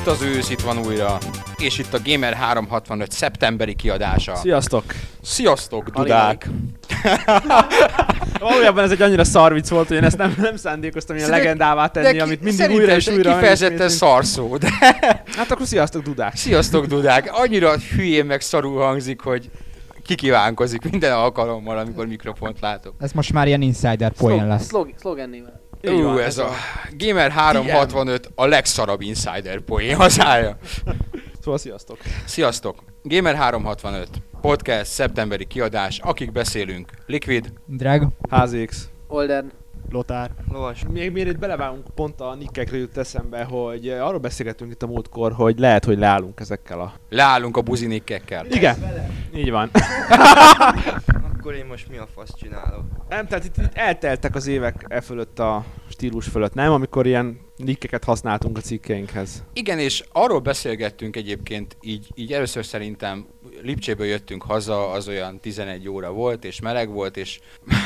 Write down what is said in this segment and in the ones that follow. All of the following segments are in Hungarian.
Itt az ősz, itt van újra, és itt a Gamer 365 szeptemberi kiadása. Sziasztok! Sziasztok, dudák! Valójában ez egy annyira szarvic volt, hogy én ezt nem szándékoztam ilyen legendává tenni, amit mindig újra és újra kifejezetten szarszó, de... Hát akkor sziasztok, dudák! Sziasztok, dudák! Annyira hülyén meg szarul hangzik, hogy kikívánkozik minden alkalommal, amikor mikrofont látok. Ez most már ilyen insider poén lesz. Szlogennével. Ez a Gamer 365 a legszarabb insider poén hazája. Szóval sziasztok! Sziasztok! Gamer 365 podcast, szeptemberi kiadás, akik beszélünk. Liquid, Drag, HZX, Oldern. Lotár. Lovas. Még mielőtt belevágunk, pont a nickekre jut eszembe, hogy arról beszélgettünk itt a múltkor, hogy lehet, hogy leállunk ezekkel a... leállunk a buzinikkekkel. Igen, így van. Akkor én most mi a fasz csinálok? Nem, tehát itt elteltek az évek e fölött a stílus fölött, nem? Amikor ilyen nickeket használtunk a cikkeinkhez. Igen, és arról beszélgettünk egyébként, így először szerintem Lipcséből jöttünk haza, az olyan 11 óra volt, és meleg volt, és,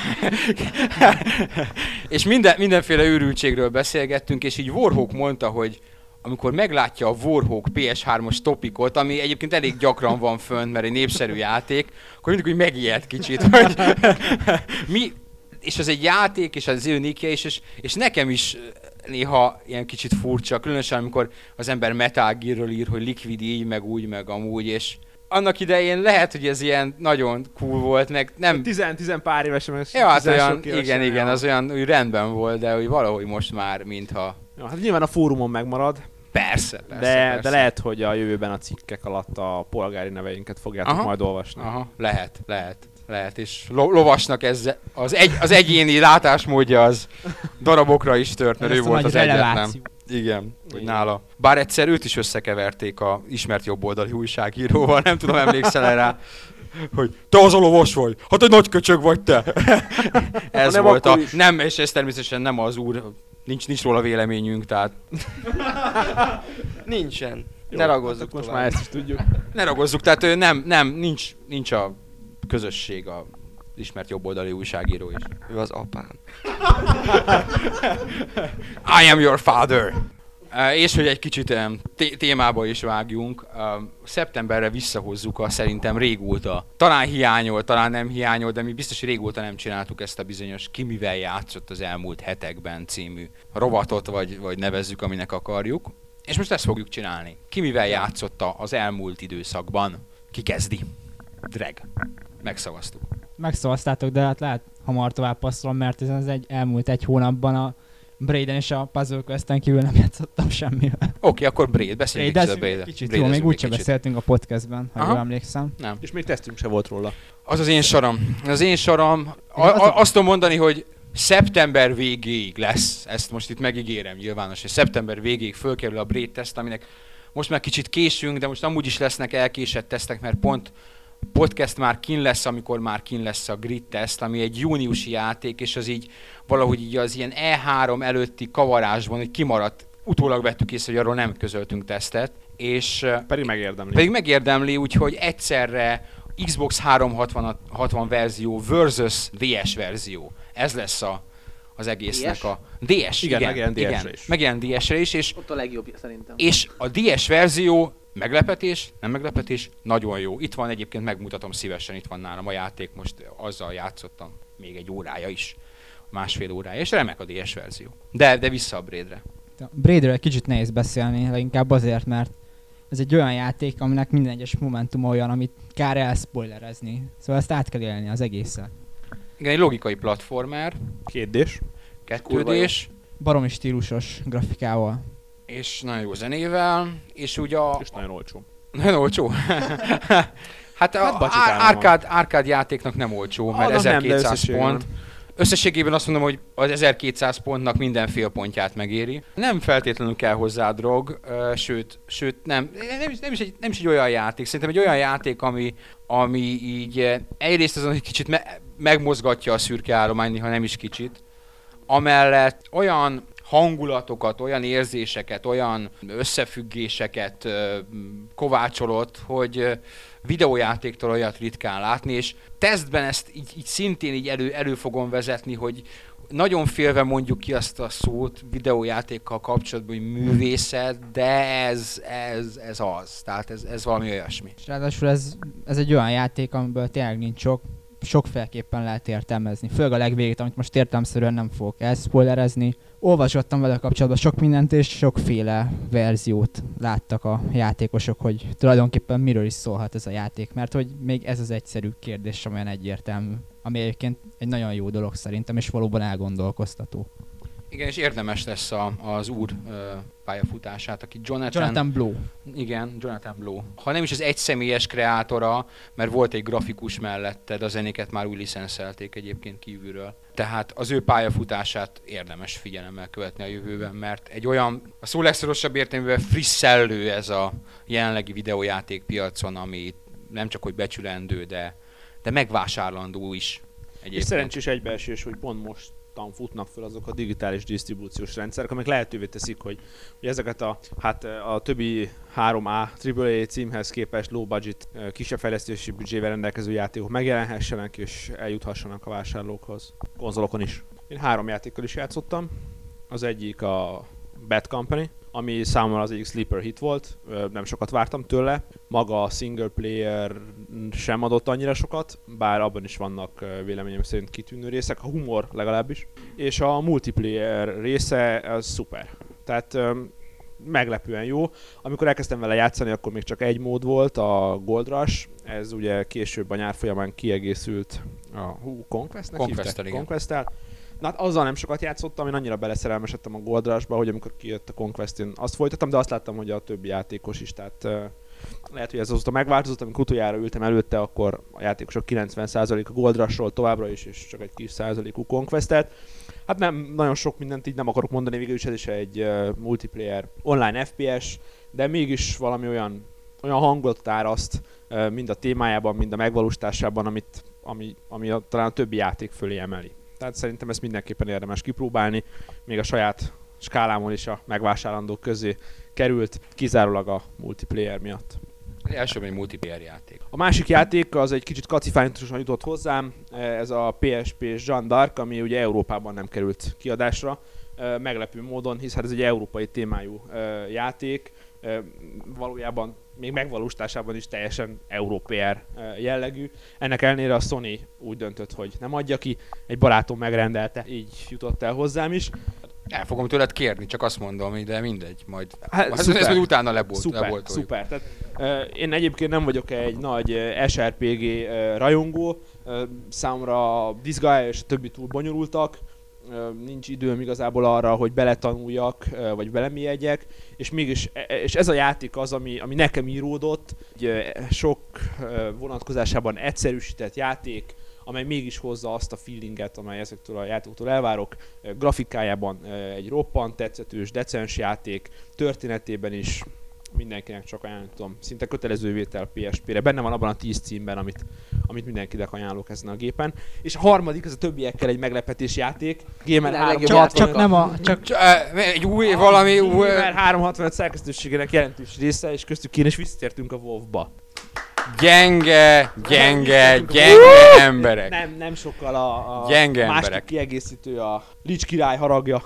és mindenféle őrültségről beszélgettünk, és így Warhawk mondta, hogy amikor meglátja a Warhawk PS3-os topikot, ami egyébként elég gyakran van fönt, mert egy népszerű játék, akkor mindig úgy megijed kicsit, hogy mi, és az egy játék, és az ő nickje is, és nekem is néha ilyen kicsit furcsa, különösen amikor az ember Metal Gearről ír, hogy Liquid így, meg úgy, meg amúgy, és annak idején lehet, hogy ez ilyen nagyon cool volt, meg nem... 10 pár évesen, meg ja, hát olyan, igen, az olyan úgy rendben volt, de hogy valahogy most már, mintha... Ja, hát nyilván a fórumon megmarad. Persze. De lehet, hogy a jövőben a cikkek alatt a polgári neveinket fogjátok majd olvasni. Aha, lehet, és lovasnak ez az egyéni látásmódja az darabokra is tört, mert ő volt az egyetlen. Igen, hogy nála. Bár egyszer őt is összekeverték a ismert jobboldali újságíróval, nem tudom, emlékszel rá, hogy te az a lovas vagy, hát egy nagy köcsög vagy te. Ez nem volt nem, és ez természetesen nem az úr, nincs róla véleményünk, tehát... Nincsen. Jó, ne ragozzuk most tovább. már ezt is tudjuk. Ne ragozzuk, tehát nincs a közösség a ismert jobboldali újságíró is. Ő az apám. I am your father! És hogy egy kicsit témába is vágjunk, szeptemberre visszahozzuk a szerintem régóta, talán hiányol, talán nem hiányol, de mi biztos, hogy régóta nem csináltuk ezt a bizonyos Ki mivel játszott az elmúlt hetekben című rovatot, vagy nevezzük, aminek akarjuk. És most ezt fogjuk csinálni. Ki mivel játszott az elmúlt időszakban? Ki kezdi? Drag. Megszavaztuk. megszavaztátok, de hát lehet hamar tovább passzolom, mert ez elmúlt egy hónapban a Braiden és a Puzzle Questen kívül nem játszottam semmivel. Oké, akkor Braid, beszéljünk Braid, a Braid. Kicsit jó, még úgyse beszéltünk a podcastben, ha jól emlékszem. Nem. És még tesztünk se volt róla. Az én saram. Azt tudom mondani, hogy szeptember végéig lesz, ezt most itt megígérem nyilvános, hogy szeptember végéig fölkerül a Braid teszt, aminek most már kicsit késünk, de most amúgy is lesznek elkésett tesztek, mert pont podcast már kin lesz, amikor már kin lesz a Grid teszt, ami egy júniusi játék, és az így valahogy így az ilyen E3 előtti kavarásban, hogy kimaradt, utólag vettük észre, hogy arról nem közöltünk tesztet, és pedig megérdemli, úgyhogy egyszerre Xbox 360 verzió versus DS verzió. Ez lesz az egésznek DS? a... DS, igen. Megjelent DS-re is. Megjelent DS-re is, és... Ott a legjobb szerintem. És a DS verzió, meglepetés, nem meglepetés, nagyon jó. Itt van egyébként, megmutatom szívesen, itt van nálam a játék, most azzal játszottam még egy órája is, másfél órája, és remek a DS verzió. De vissza a Braidre. A Braidről egy kicsit nehéz beszélni, leginkább azért, mert ez egy olyan játék, aminek minden egyes momentum olyan, amit kár elspoilerezni. Szóval ezt át kell élni az egészet. Igen, egy logikai platformer, 2D-s, 2D-s, baromi stílusos grafikával. és nagyon jó zenével, és ugye és nagyon olcsó. nagyon olcsó. Hát árkád játéknak nem olcsó, mert 1200 pont. Összességében azt mondom, hogy az 1200 pontnak mindenfél pontját megéri. Nem feltétlenül kell hozzá drog, sőt nem is egy olyan játék. Szerintem egy olyan játék, ami így egyrészt azon, hogy kicsit megmozgatja a szürke állományt, ha nem is kicsit. Amellett olyan hangulatokat, olyan érzéseket, olyan összefüggéseket kovácsolott, hogy videójátéktól olyat ritkán látni, és tesztben ezt így szintén így elő fogom vezetni, hogy nagyon félve mondjuk ki azt a szót videójátékkal kapcsolatban, hogy művészet, de ez az. Tehát ez valami olyasmi. És ráadásul ez egy olyan játék, amiből tényleg nincs sokféleképpen lehet értelmezni. Főleg a legvégét, amit most értelemszerűen nem fogok elspoilerezni. Olvasgattam vele kapcsolatban sok mindent, és sokféle verziót láttak a játékosok, hogy tulajdonképpen miről is szólhat ez a játék, mert hogy még ez az egyszerű kérdés sem olyan egyértelmű, ami egyébként egy nagyon jó dolog szerintem, és valóban elgondolkoztató. Igen, és érdemes lesz az úr pályafutását, aki Jonathan Blow. Igen, Jonathan Blow. Ha nem is az egyszemélyes kreátora, mert volt egy grafikus mellette, de a zenéket már úgy licenszelték egyébként kívülről. Tehát az ő pályafutását érdemes figyelemmel követni a jövőben, mert egy olyan, a szó legszorosabb értelművel frissellő ez a jelenlegi videójátékpiacon, ami nem csak hogy becsülendő, de megvásárlandó is. Egyébként. És szerencsés egybeesés, hogy pont most futnak föl azok a digitális disztribúciós rendszerek, amik lehetővé teszik, hogy ezeket a többi 3A AAA címhez képest low budget, kisebb fejlesztési büdzsével rendelkező játékok megjelenhessenek és eljuthassanak a vásárlókhoz. Konzolokon is. Én 3 játékkal is játszottam. Az egyik a Bad Company, ami számomra az egyik sleeper hit volt, nem sokat vártam tőle. Maga a single player sem adott annyira sokat, bár abban is vannak véleményem szerint kitűnő részek, a humor legalábbis. És a multiplayer része az szuper. Tehát meglepően jó. Amikor elkezdtem vele játszani, akkor még csak egy mód volt, a Gold Rush. Ez ugye később a nyár folyamán kiegészült a Conquest-tel. Na hát azzal nem sokat játszottam, én annyira beleszerelmesedtem a Gold Rush-ba, hogy amikor kijött a Conquest, én azt folytattam, de azt láttam, hogy a többi játékos is, tehát lehet, hogy ez azóta megváltozott, amikor utoljára ültem előtte, akkor a játékosok 90% a Gold Rush-ról továbbra is, és csak egy kis százalékú Conquest-et. Hát nem, nagyon sok mindent így nem akarok mondani, végül is ez is egy multiplayer online FPS, de mégis valami olyan hangot áraszt, mind a témájában, mind a megvalósításában, ami talán a többi játék fölé emeli. Tehát szerintem ezt mindenképpen érdemes kipróbálni, még a saját skálámon is a megvásárlandók közé került, kizárólag a multiplayer miatt. Elsőben egy multiplayer játék. A másik játék az egy kicsit kacifántosan jutott hozzám, ez a PSP-s Jeanne d'Arc, ami ugye Európában nem került kiadásra, meglepő módon, hisz hát ez egy európai témájú játék, valójában még megvalósításában is teljesen európér jellegű. Ennek ellenére a Sony úgy döntött, hogy nem adja ki, egy barátom megrendelte, így jutott el hozzám is. El fogom tőled kérni, csak azt mondom, de mindegy, majd ez majd utána leboltoljuk. Szuper. Tehát, én egyébként nem vagyok egy nagy SRPG rajongó, számomra a Disgaea és a többi túl bonyolultak, nincs időm igazából arra, hogy beletanuljak, vagy belemélyedjek, és ez a játék az, ami nekem íródott, egy sok vonatkozásában egyszerűsített játék, amely mégis hozza azt a feelinget, amely ezektől a játékoktól elvárok. Grafikájában egy roppant tetszetős, decens játék, történetében is mindenkinek csak ajánlani tudom. Szinte kötelező vétel PSP-re. Benne van abban a 10 címben, amit mindenkinek ajánlok ezen a gépen. És a harmadik, ez a többiekkel egy meglepetés játék. Gamer 365. Egy új, valami új. Gamer 365 szerkesztőségének jelentős része, és köztük én is visszatértünk a WoW-ba. Gyenge emberek. Nem sokkal a gyenge másik emberek. Kiegészítő a Lich király haragja.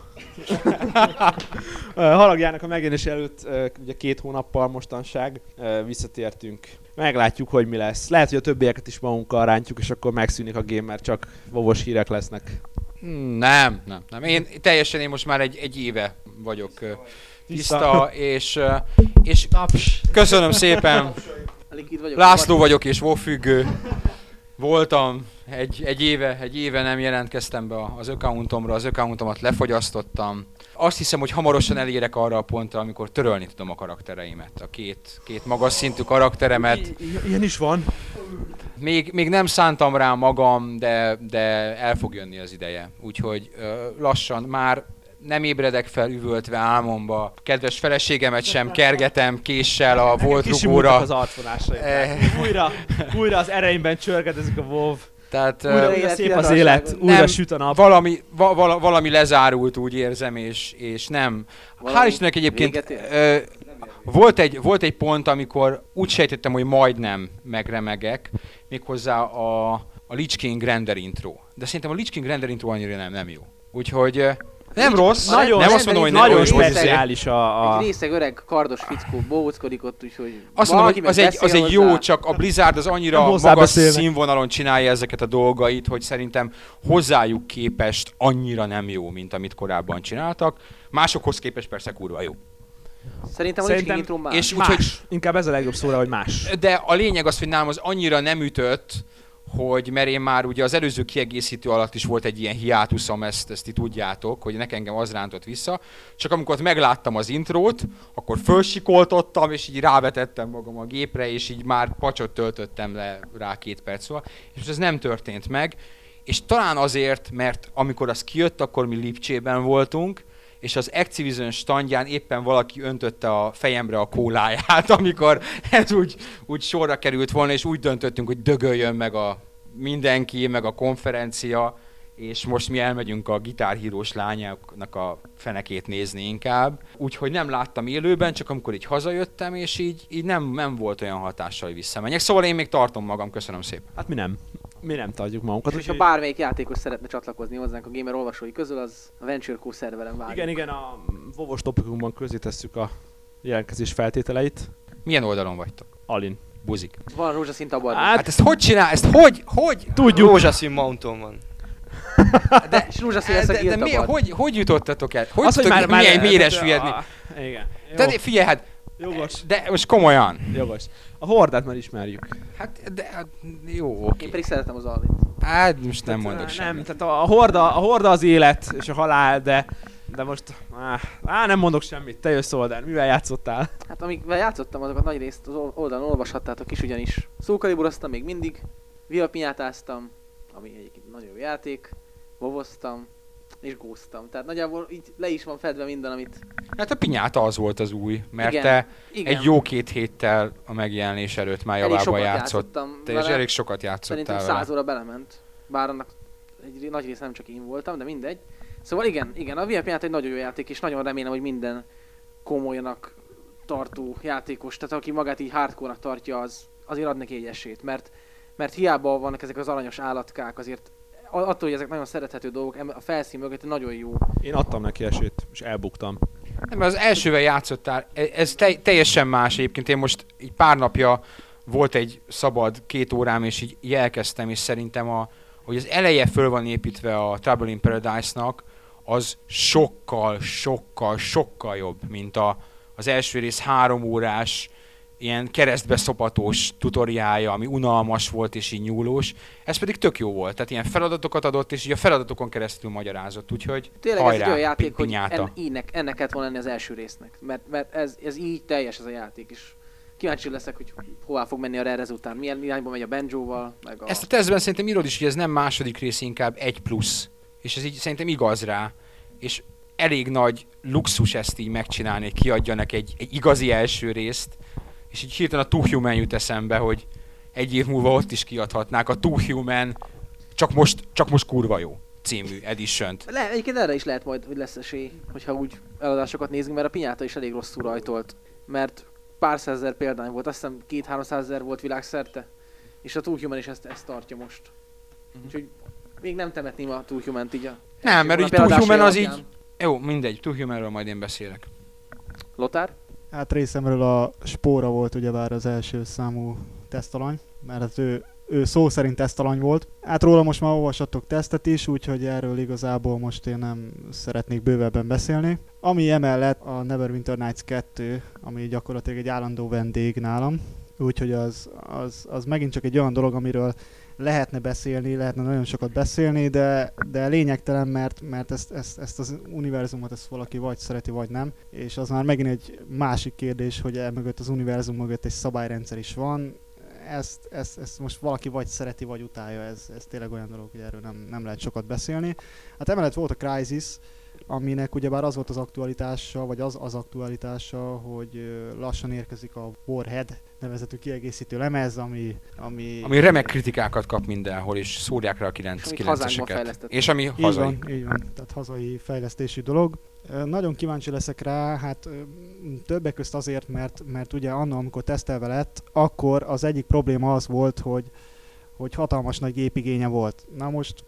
Haragjának a megjelenés előtt ugye 2 hónappal mostanság visszatértünk. Meglátjuk, hogy mi lesz. Lehet, hogy a többieket is magunkkal rántjuk, és akkor megszűnik a game, mert csak vovos hírek lesznek. Nem. Én most már egy éve vagyok tiszta, és köszönöm szépen. László vagyok és WoW-függő. Voltam egy éve nem jelentkeztem be az accountomra, az accountomat lefogyasztottam. Azt hiszem, hogy hamarosan elérek arra a pontra, amikor törölni tudom a karaktereimet, a két magas szintű karakteremet. Ilyen is van. Még nem szántam rá magam, de el fog jönni az ideje. Úgyhogy lassan már nem ébredek fel üvöltve álmomba. Kedves feleségemet sem kergetem késsel a volt rugóra. Az arcvonásaim. Újra az ereimben csörgedezik a WoW. Tehát, újra szép az élet, újra süt a nap. Valami lezárult, úgy érzem, és nem. Hál' Istennek egyébként volt egy pont, amikor úgy sejtettem, hogy majdnem megremegek, méghozzá a Lich King render intro. De szerintem a Lich King render intro annyira nem jó. Úgyhogy nem rossz, nagyon, nem azt mondom, hogy nagyon speciális a... Egy részeg öreg kardos fickó bóckodik ott, úgyhogy... Azt mondom, hogy az egy jó, csak a Blizzard az annyira magas színvonalon csinálja ezeket a dolgait, hogy szerintem hozzájuk képest annyira nem jó, mint amit korábban csináltak. Másokhoz képest persze kurva jó. Szerintem más. És más. Inkább ez a legjobb szóra, hogy más. De a lényeg az, hogy nálam az annyira nem ütött, hogy mert én már ugye az előző kiegészítő alatt is volt egy ilyen hiátuszom, ezt ti tudjátok, hogy engem az rántott vissza. Csak amikor megláttam az intrót, akkor fölsikoltottam, és így rávetettem magam a gépre, és így már pacsot töltöttem le rá 2 perc múlva. És most ez nem történt meg. És talán azért, mert amikor az kijött, akkor mi Lipcsében voltunk, és az Activision standján éppen valaki öntötte a fejemre a kóláját, amikor ez úgy sorra került volna, és úgy döntöttünk, hogy dögöljön meg a mindenki, meg a konferencia, és most mi elmegyünk a gitárhírós lányoknak a fenekét nézni inkább. Úgyhogy nem láttam élőben, csak amikor így hazajöttem, és így nem volt olyan hatással, hogy visszamenjek. Szóval én még tartom magam, köszönöm szépen. Hát mi nem tartjuk magunkat. És ha bármelyik játékos szeretne csatlakozni hozzánk a Gamer olvasói közül, az a Venture Co szerveren várjuk. Igen, a Vovos topikunkban közé tesszük a jelentkezés feltételeit. Milyen oldalon vagytok? Alin. Buzik. Van rózsaszín tabard. Hát ezt hogy csinál? Ezt hogy? Tudjuk. Rózsaszín mounton van. De rózsaszín lesz a de hogy jutottatok el? Hogy az, hogy már milyen méres hülyedni? Igen. De figyelj, hát... Jogos. De most komolyan. Jogos. A Hordát már ismerjük. Hát jó, oké. Én pedig szeretem az Alint. Hát most nem mondok semmit. Nem, tehát a Horda az élet és a halál, de most nem mondok semmit. Te jössz Oldán, mivel játszottál? Hát amikvel játszottam, azokat nagy részt az oldalon olvashattátok is, ugyanis szókaliburoztam még mindig, viapinyátáztam, ami egyébként nagyon jó játék, vovoztam és góztam. Tehát nagyjából így le is van fedve minden, amit... Hát a pinyáta az volt az új, mert igen, te igen. egy jó 2 héttel a megjelenés előtt már javában játszottam. Te is elég sokat játszottál szerintem 100 óra belement, bár annak egy nagy része nem csak én voltam, de mindegy. Szóval igen, a VIP játék egy nagyon jó játék, és nagyon remélem, hogy minden komolyanak tartó játékos, tehát aki magát így hardcore-nak tartja, azért ad neki egy esélyt, mert hiába vannak ezek az aranyos állatkák, azért attól, hogy ezek nagyon szerethető dolgok, a felszín mögött nagyon jó. Én adtam neki esélyt, és elbuktam. Nem, mert az elsővel játszottál, ez teljesen más egyébként. Én most így pár napja volt egy szabad 2 órám, és így elkezdtem, és szerintem hogy az eleje föl van építve a Trouble in Paradise-nak, az sokkal jobb, mint az első rész 3 órás, ilyen keresztbe szopatós tutoriálja, ami unalmas volt és így nyúlós. Ez pedig tök jó volt, tehát ilyen feladatokat adott, és így a feladatokon keresztül magyarázott, úgyhogy tényleg hajrá, ez egy olyan játék, hogy ennek kellett volna lenni az első résznek, mert ez így teljes ez a játék is. Kíváncsi leszek, hogy hová fog menni a Rare ezután, milyen irányba megy a Banjoval, meg a... Ezt a tesztben szerintem írod is, hogy ez nem második rész, inkább 1+, és ez így szerintem igaz rá, és elég nagy luxus ezt így megcsinálni, hogy kiadjanak egy igazi első részt, és így hirtelen a Too Human jut eszembe, hogy 1 év múlva ott is kiadhatnák a Too Human, csak most kurva jó című edition-t. Egyébként erre is lehet majd, hogy lesz esély, hogyha úgy eladásokat nézünk, mert a pinyáta is elég rosszul rajtolt, mert pár százezer példány volt, azt hiszem 200-300 000 volt világszerte, és a Too Human is ezt tartja most. Úgyhogy még nem temetném a Too Humant így a... Nem, mert így Too Human az így... Jó, mindegy, Too Humanről majd én beszélek. Lothar? Hát részemről a Spóra volt ugyebár az első számú tesztalany, mert ő szó szerint tesztalany volt. Hát róla most már olvashattok tesztet is, úgyhogy erről igazából most én nem szeretnék bővebben beszélni. Ami emellett a Neverwinter Nights 2, ami gyakorlatilag egy állandó vendég nálam, úgyhogy az megint csak egy olyan dolog, amiről lehetne nagyon sokat beszélni, de lényegtelen, mert ezt az univerzumot ezt valaki vagy szereti, vagy nem. És az már megint egy másik kérdés, hogy mögött az univerzum mögött egy szabályrendszer is van. Ezt most valaki vagy szereti, vagy utálja, ez tényleg olyan dolog, hogy erről nem lehet sokat beszélni. Hát emellett volt a Crysis, aminek ugyebár az volt az aktualitása, vagy az aktualitása, hogy lassan érkezik a Warhead nevezetű kiegészítő lemez, ami remek kritikákat kap mindenhol, és szórják rá a 9-eseket. És ami hazai. Így van, tehát hazai fejlesztési dolog. Nagyon kíváncsi leszek rá, hát többek közt azért, mert ugye annak, amikor tesztelve lett, akkor az egyik probléma az volt, hogy hatalmas nagy gépigénye volt. Na most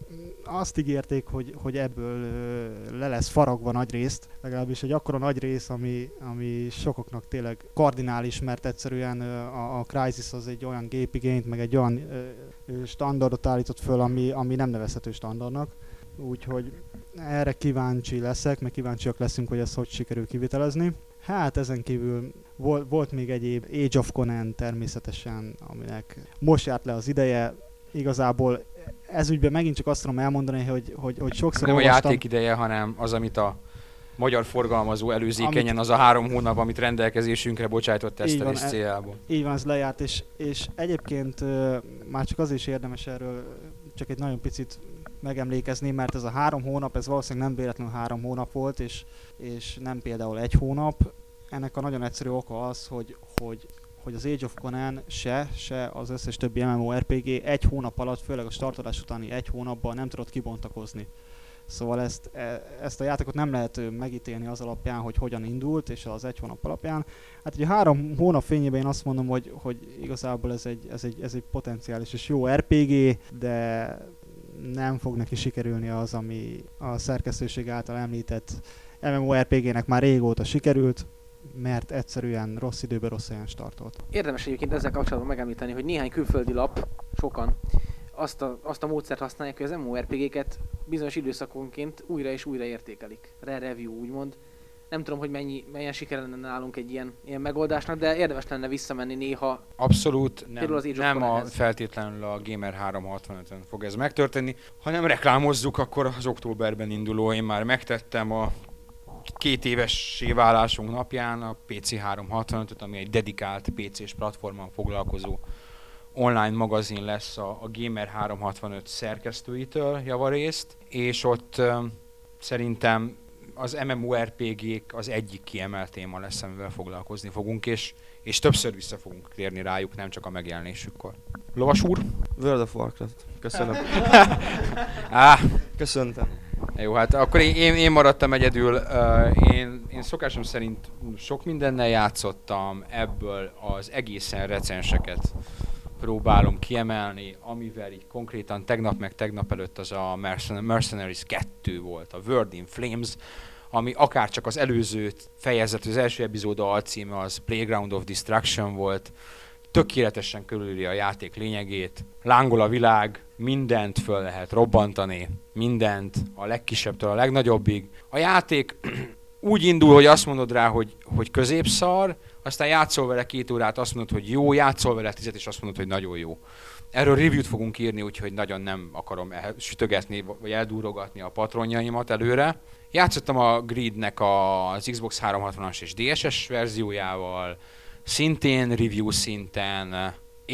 azt ígérték, hogy ebből le lesz faragva nagy részt, legalábbis egy akkora nagy rész, ami sokaknak tényleg kardinális, mert egyszerűen a Crysis az egy olyan gépigényt, meg egy olyan standardot állított föl, ami nem nevezhető standardnak. Úgyhogy erre kíváncsi leszek, meg kíváncsiak leszünk, hogy ezt hogy sikerül kivitelezni. Hát ezen kívül volt még egyéb Age of Conan természetesen, aminek most járt le az ideje. Igazából ez ügyben megint csak azt tudom elmondani, hogy sokszor nem olvastam... a játék ideje, hanem az, amit a magyar forgalmazó előzékenyen, az a 3 hónap, amit rendelkezésünkre bocsájtott tesztelés céljából. Így van, ez lejárt, és egyébként már csak az is érdemes erről csak egy nagyon picit megemlékezni, mert ez a 3 hónap, ez valószínűleg nem véletlenül 3 hónap volt, és nem például 1 hónap. Ennek a nagyon egyszerű oka az, hogy az Age of Conan se az összes többi MMORPG 1 hónap alatt, főleg a startolás utáni 1 hónapban nem tudott kibontakozni. Szóval ezt a játékot nem lehet megítélni az alapján, hogy hogyan indult, és az 1 hónap alapján. Hát ugye 3 hónap fényében én azt mondom, hogy igazából ez egy potenciális és jó RPG, de nem fog neki sikerülni az, ami a szerkesztőség által említett MMORPG-nek már régóta sikerült, mert egyszerűen rossz időben rossz helyen startolt. Érdemes egyébként ezzel kapcsolatban megemlíteni, hogy néhány külföldi lap, sokan, azt a módszert használják, hogy az MMORPG-ket bizonyos időszakonként újra és újra értékelik. Review úgymond. Nem tudom, hogy milyen sikere lenne nálunk egy ilyen megoldásnak, de érdemes lenne visszamenni néha. Abszolút nem feltétlenül a Gamer 365-ön fog ez megtörténni, hanem reklámozzuk akkor az októberben induló, én már megtettem a 2 évessé válásunk napján a PC 365-öt, ami egy dedikált PC-s platformon foglalkozó online magazin lesz a Gamer 365 szerkesztőitől javarészt, és ott szerintem az MMORPG-k az egyik kiemelt téma lesz, amivel foglalkozni fogunk, és többször vissza fogunk térni rájuk, nem csak a megjelenésükkor. Lovas úr? World of Warcraft. Köszönöm. Köszöntem. Jó, hát akkor én maradtam egyedül. Én szokásom szerint sok mindennel játszottam, ebből az egészen recenseket próbálom kiemelni, amivel így konkrétan tegnap előtt az a Mercenaries 2 volt, a World in Flames, ami akár csak az előző fejezet, az első epizód alcíme az Playground of Destruction volt, tökéletesen körülíri a játék lényegét, lángol a világ, mindent föl lehet robbantani, mindent, a legkisebbtől a legnagyobbig. A játék úgy indul, hogy azt mondod rá, hogy középszar, aztán játszol vele 2 órát, azt mondod, hogy jó, játszol vele 10, és azt mondod, hogy nagyon jó. Erről review-t fogunk írni, úgyhogy nagyon nem akarom sütögetni, vagy eldúrogatni a patronjaimat előre. Játszottam a Gridnek az Xbox 360-as és DSS verziójával, szintén review szinten,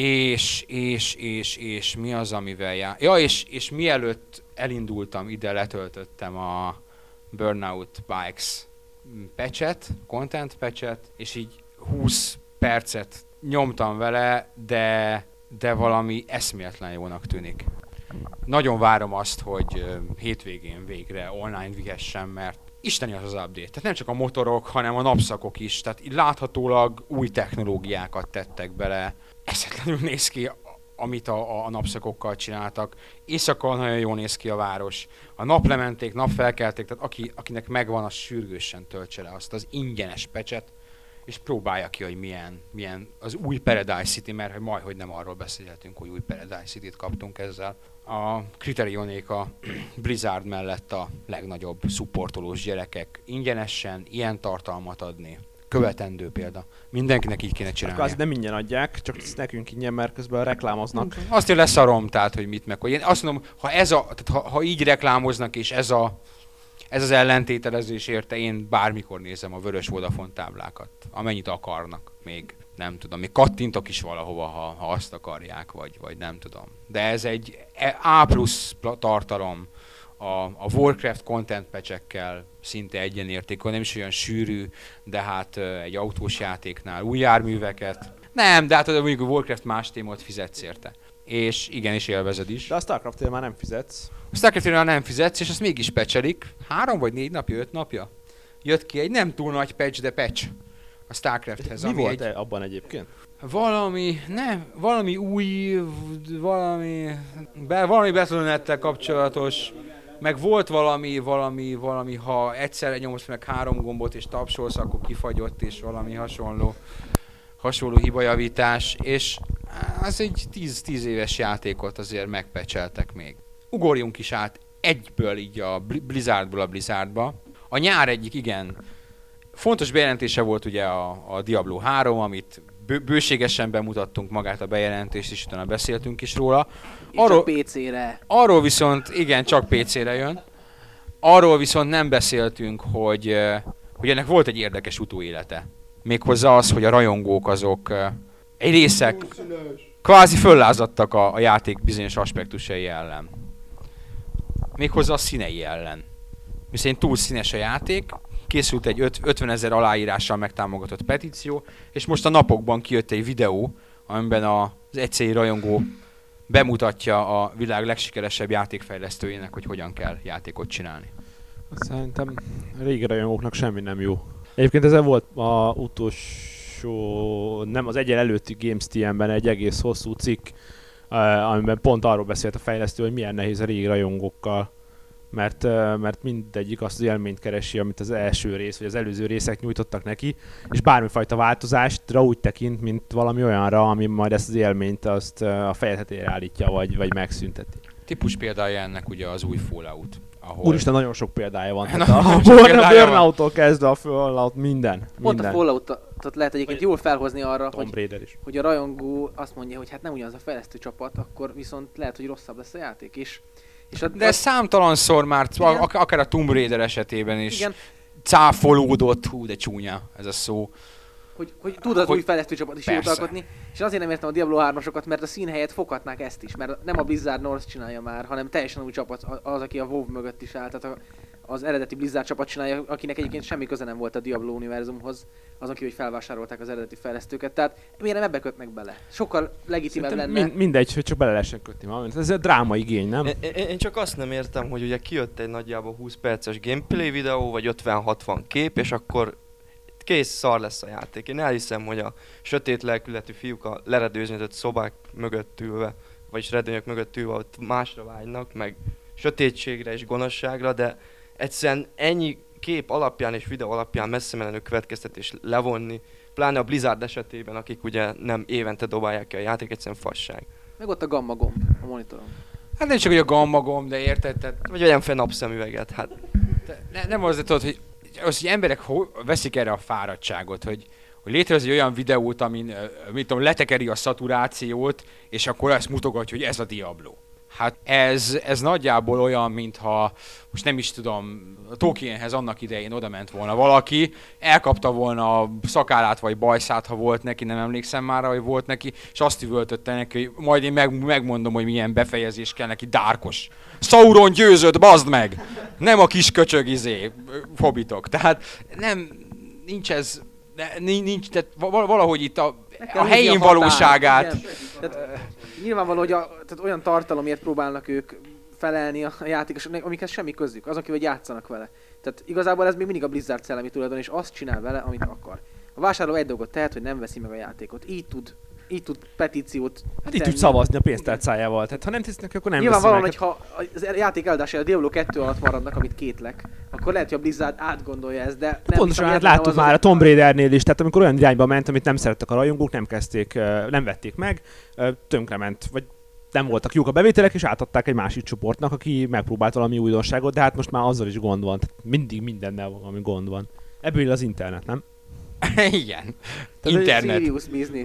és mi az, amivel és mielőtt elindultam ide, letöltöttem a Burnout Bikes patchet, content patchet, és így 20 percet nyomtam vele, de valami eszméletlen jónak tűnik. Nagyon várom azt, hogy hétvégén végre online vihessem, mert isteni az update. Tehát nem csak a motorok, hanem a napszakok is. Tehát így láthatólag új technológiákat tettek bele. Eszetlenül néz ki, amit a napszakokkal csináltak. Éjszaka nagyon jól néz ki a város. A naplementék, napfelkelték, tehát akinek megvan, az sürgősen töltse le azt az ingyenes patchet, és próbálja ki, hogy milyen az új Paradise City, mert majdhogy nem arról beszélhetünk, hogy új Paradise City-t kaptunk ezzel. A Criterionék a Blizzard mellett a legnagyobb szupportolós gyerekek ingyenesen ilyen tartalmat adni. Követendő példa. Mindenkinek így kéne csinálni. Azt nem ingyen adják, csak ezt nekünk ingyen, mert közben reklámoznak. Azt én leszarom, tehát, hogy mit meg. Hogy én azt mondom, ha így reklámoznak, és ez az ellentételezés érte, én bármikor nézem a vörös Vodafone táblákat, amennyit akarnak még. Nem tudom, még kattintok is valahova, ha azt akarják, vagy nem tudom. De ez egy A+ tartalom a Warcraft content patch-ekkel szinte egyenértékű, nem is olyan sűrű, de hát egy autós játéknál új járműveket. Nem, de hát mondjuk a Warcraft más témát fizetsz érte. És igenis élvezed is. De a Starcraft-él már nem fizetsz. A Starcraft-él már nem fizetsz, és azt mégis patchelik. 3 vagy 4 napja, 5 napja jött ki egy nem túl nagy patch, de patch a StarCrafthez. Mi volt abban egyébként? Valami új, valami Battle.net-tel kapcsolatos, meg volt valami, ha egyszerre nyomsz meg 3 gombot és tapsolsz, akkor kifagyott, és valami hasonló hibajavítás, és az egy 10 éves játékot azért megpecseltek még. Ugorjunk is át egyből így a Blizzardból a Blizzardba. A nyár egyik, igen, fontos bejelentése volt ugye a Diablo 3, amit bőségesen bemutattunk magát a bejelentést, és utána beszéltünk is róla. Csak PC-re. Arról viszont, igen, csak PC-re jön. Arról viszont nem beszéltünk, hogy ennek volt egy érdekes utóélete. Méghozzá az, hogy a rajongók azok egy részek kvázi föllázadtak a játék bizonyos aspektusai ellen. Méghozzá a színei ellen. Viszont túl színes a játék, készült egy 50 000 aláírással megtámogatott petíció, és most a napokban kijött egy videó, amiben az egyszerű rajongó bemutatja a világ legsikeresebb játékfejlesztőjének, hogy hogyan kell játékot csinálni. Szerintem a régi rajongóknak semmi nem jó. Egyébként ez volt az utolsó, nem az egyen előtti GameSTM-ben egy egész hosszú cikk, amiben pont arról beszélt a fejlesztő, hogy milyen nehéz a régi rajongókkal, mert mindegyik azt az élményt keresi, amit az első rész, vagy az előző részek nyújtottak neki, és bármifajta változásra úgy tekint, mint valami olyanra, ami majd ezt az élményt azt a feje tetejére állítja, vagy megszünteti. Típus példája ennek ugye az új Fallout. Ahol... Úristen, nagyon sok példája van. A Burnout-tól kezdve a Fallout, minden. Pont a Falloutot lehet egyébként jól felhozni arra, hogy a rajongó azt mondja, hogy hát nem ugyanaz a fejlesztő csapat, akkor viszont lehet, hogy rosszabb lesz a játék is. De számtalanszor már, akár a Tomb Raider esetében is cáfolódott, de csúnya ez a szó. Hogy tud az új fejlesztő csapat is jót alkotni, és azért nem értem a Diablo 3-asokat, mert a szín helyett foghatnák ezt is, mert nem a Blizzard North csinálja már, hanem teljesen új csapat, az, aki a WoW mögött is áll, tehát az eredeti Blizzard csapat csinálja, akinek egyébként semmi köze nem volt a Diablo univerzumhoz, azon kívül, hogy felvásárolták az eredeti fejlesztőket, tehát miért nem ebbe kötnek bele? Sokkal legitimebb lenne. Mindegy, hogy csak bele lehessen kötni valamit. Ez egy dráma igény, nem? Én csak azt nem értem, hogy ugye kijött egy nagyjából 20 perces gameplay videó, vagy 50-60 kép, és akkor kész, szar lesz a játék. Én elhiszem, hogy a sötét lelkületű fiúk a leredőznyödött szobák mögött ülve, vagyis redőnyök mögött ülve ott másra vágynak, meg sötétségre és gonoszságra, de egyszerűen ennyi kép alapján és videó alapján messze menő következtetés levonni, pláne a Blizzard esetében, akik ugye nem évente dobálják ki a játék, egyszerűen fasság. Meg ott a gamma gomb a monitoron. Hát nem csak, hogy a gamma gomb, de érted? Tehát... Vagy vegyem fel napszemüveget, hát. Nem az, hogy emberek veszik erre a fáradtságot, hogy létrehoz egy olyan videót, amin mit tudom, letekeri a szaturációt, és akkor ezt mutogatja, hogy ez a Diablo. Hát ez nagyjából olyan, mintha, most nem is tudom, a Tolkienhez annak idején oda ment volna valaki, elkapta volna a szakállát vagy bajszát, ha volt neki, nem emlékszem már, hogy volt neki, és azt üvöltötte neki, hogy majd én megmondom, hogy milyen befejezés kell neki, dárkos. Sauron győzött, bazd meg! Nem a kis köcsög hobbitok. Tehát nincs ez, nincs, tehát valahogy itt a helyén valóságát. Nyilvánvaló, hogy tehát olyan tartalomért próbálnak ők felelni a játékosoknak, amikhez semmi közük, azon kívül, hogy játszanak vele. Tehát igazából ez még mindig a Blizzard szellemi tulajdon, és azt csinál vele, amit akar. A vásárló egy dolgot tehet, hogy nem veszi meg a játékot. Így tud petíciót hát így tud szavazni a pénztárcájával, tehát ha nem tesznek, akkor nem veszi meg. Nyilvánvalóan, hogyha a játék eldásai a Diablo 2 alatt maradnak, amit kétlek, akkor lehet, hogy a Blizzard átgondolja ezt, de nem. Pontosan, hát láttuk már a Tomb Raidernél is, tehát amikor olyan irányba ment, amit nem szerettek a rajongók, nem vették meg, tönkrement, vagy nem voltak jók a bevételek, és átadták egy másik csoportnak, aki megpróbált valami újdonságot, de hát most már azzal is gond van, tehát mindig mindennel valami gond van. Ebből az internet, nem? Igen. Internet. Serious business.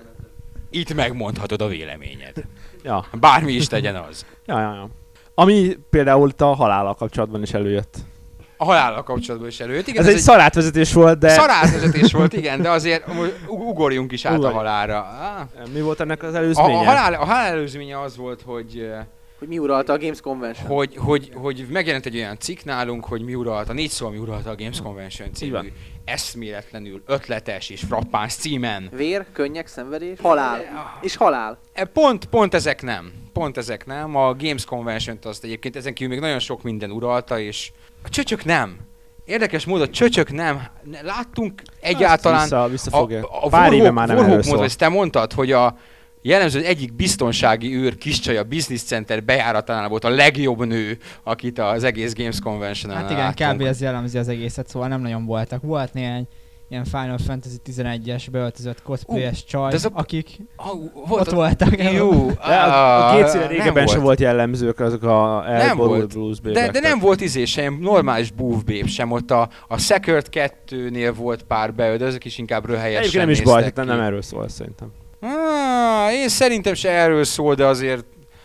Itt megmondhatod a véleményed. Ja. Bármi is legyen az. Ja. Ami például a halállal kapcsolatban is előjött. A halállal kapcsolatban is előjött, igen. Ez egy szarátvezetés volt, de... Szarátvezetés volt, igen, de azért ugorjunk is át a halálra. Mi volt ennek az előzménye? A halál előzménye az volt, hogy mi uralta a Games Convention. Hogy megjelent egy olyan cikk nálunk, hogy mi uralta, 4 szó, ami uralta a Games Convention című eszméletlenül ötletes és frappáns címen. Vér, könnyek, szenvedés, halál. És halál. Pont ezek nem. Pont ezek nem. A Games Convention-t azt egyébként ezen kívül még nagyon sok minden uralta, és a csöcsök nem. érdekes módon csöcsök nem láttunk egyáltalán visszafogja. Pár éve már nem erről szól. Ezt te mondtad, hogy a jellemzően egyik biztonsági őr kiscsaj a Business Center bejáratánál volt a legjobb nő, akit az egész Games Convention-en hát igen, kb. Ez jellemzi az egészet, szóval nem nagyon voltak. Volt néhány ilyen Final Fantasy 11-es beöltözött cosplayes csaj, akik ott voltak. Jó. A két színe régebben sem volt jellemzők azok a elborult blues bébek. De nem volt sem normális boof babe sem, ott a Secured 2-nél volt pár beöltözött, azok is inkább röhelyesen néztek ki. Nem is baj, nem erről szól szerintem. Én szerintem se erről szól, de azért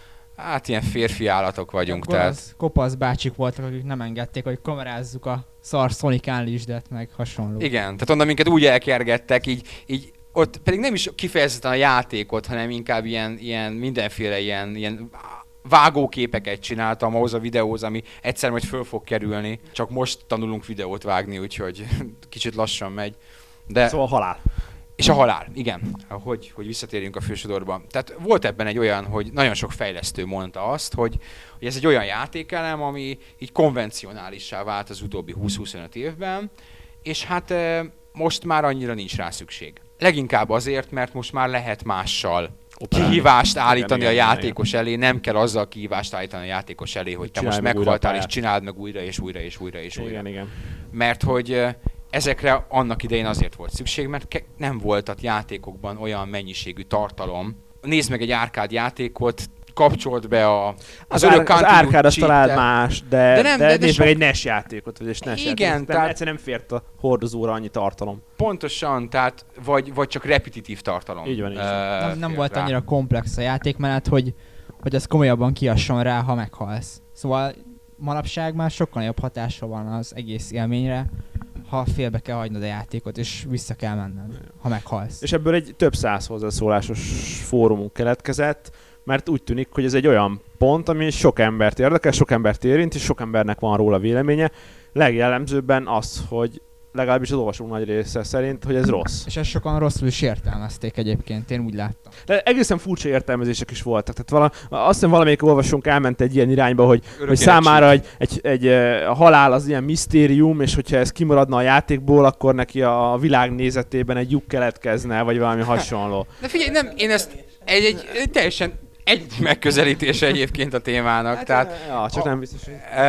hát ilyen férfi állatok vagyunk. Kopasz bácsik voltak, akik nem engedték, hogy kamerázzuk a szar Sonic Unleashed-et, meg hasonló. Igen, tehát onnan minket úgy elkergettek, így ott pedig nem is kifejezetten a játékot, hanem inkább ilyen mindenféle ilyen vágóképeket csináltam ahhoz a videóhoz, ami egyszer majd föl fog kerülni. Csak most tanulunk videót vágni, úgyhogy kicsit lassan megy. De... Szóval halál. És a halál, igen, hogy visszatérjünk a fősodorba. Tehát volt ebben egy olyan, hogy nagyon sok fejlesztő mondta azt, hogy ez egy olyan játékelem, ami így konvencionálissá vált az utóbbi 20-25 évben, és hát most már annyira nincs rá szükség. Leginkább azért, mert most már lehet mással kihívást állítani a játékos elé, nem kell azzal kihívást állítani a játékos elé, hogy te most meghaltál és csináld meg újra és újra és újra és újra. Igen. Mert hogy ezekre annak idején azért volt szükség, mert nem volt a játékokban olyan mennyiségű tartalom. Nézd meg egy árkád játékot, kapcsolt be az árkád azt talált más, de nézd meg egy NES játékot, vagy egy NES játékot. Tehát egyszerűen nem fért a hordozóra annyi tartalom. Pontosan, tehát vagy csak repetitív tartalom. Így van. Nem volt annyira komplex a játékmenet, hogy ez komolyabban kiasson rá, ha meghalsz. Szóval manapság már sokkal nagyobb hatása van az egész élményre, ha félbe kell hagynod a játékot, és vissza kell menned, ha meghalsz. És ebből egy több száz hozzászólásos fórumunk keletkezett, mert úgy tűnik, hogy ez egy olyan pont, ami sok embert érdekel, sok embert érint, és sok embernek van róla véleménye. Legjellemzőbben az, hogy legalábbis az olvasók nagy része szerint, hogy ez rossz. És ezt sokan rosszul is értelmezték egyébként, én úgy láttam. De egészen furcsa értelmezések is voltak. Tehát azt hiszem valamelyik olvasónk elment egy ilyen irányba, hogy számára egy halál az ilyen misztérium, és hogyha ez kimaradna a játékból, akkor neki a világ nézetében egy lyuk keletkezne, vagy valami hasonló. De figyelj, nem, én ezt egy teljesen egy megközelítése egyébként a témának. Hát, tehát, csak nem biztos.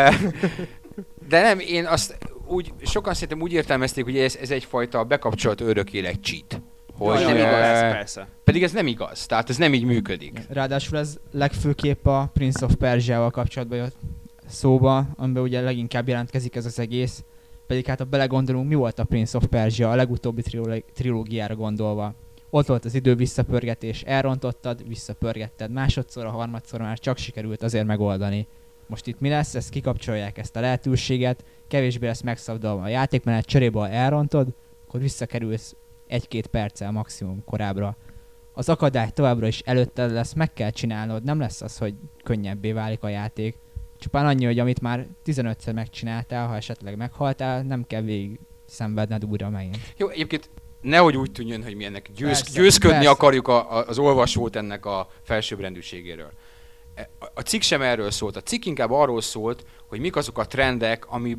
De nem, én azt sokan szerintem úgy értelmezték, hogy ez egyfajta bekapcsolt örökélet cheat. Hogy nem igaz, persze. Pedig ez nem igaz, tehát ez nem így működik. Ráadásul ez legfőképp a Prince of Persia-val kapcsolatban jött szóba, amiben ugye leginkább jelentkezik ez az egész. Pedig hát ha belegondolunk, mi volt a Prince of Persia a legutóbbi trilógiára gondolva. Ott volt az idő visszapörgetés, elrontottad, visszapörgetted, másodszor, a harmadszor már csak sikerült azért megoldani. Most itt mi lesz? Ezt kikapcsolják, ezt a lehetőséget, kevésbé lesz megszabdalva a játékmenet, cserébe ha elrontod, akkor visszakerülsz 1-2 perccel maximum korábbra. Az akadály továbbra is előtted lesz, meg kell csinálnod, nem lesz az, hogy könnyebbé válik a játék. Csupán annyi, hogy amit már 15-szer megcsináltál, ha esetleg meghaltál, nem kell végig szenvedned újra megint. Jó, egyébként nehogy úgy tűnjön, hogy mi ennek győzködni akarjuk az olvasót ennek a felsőbbrendűségéről. A cikk sem erről szólt. A cikk inkább arról szólt, hogy mik azok a trendek, ami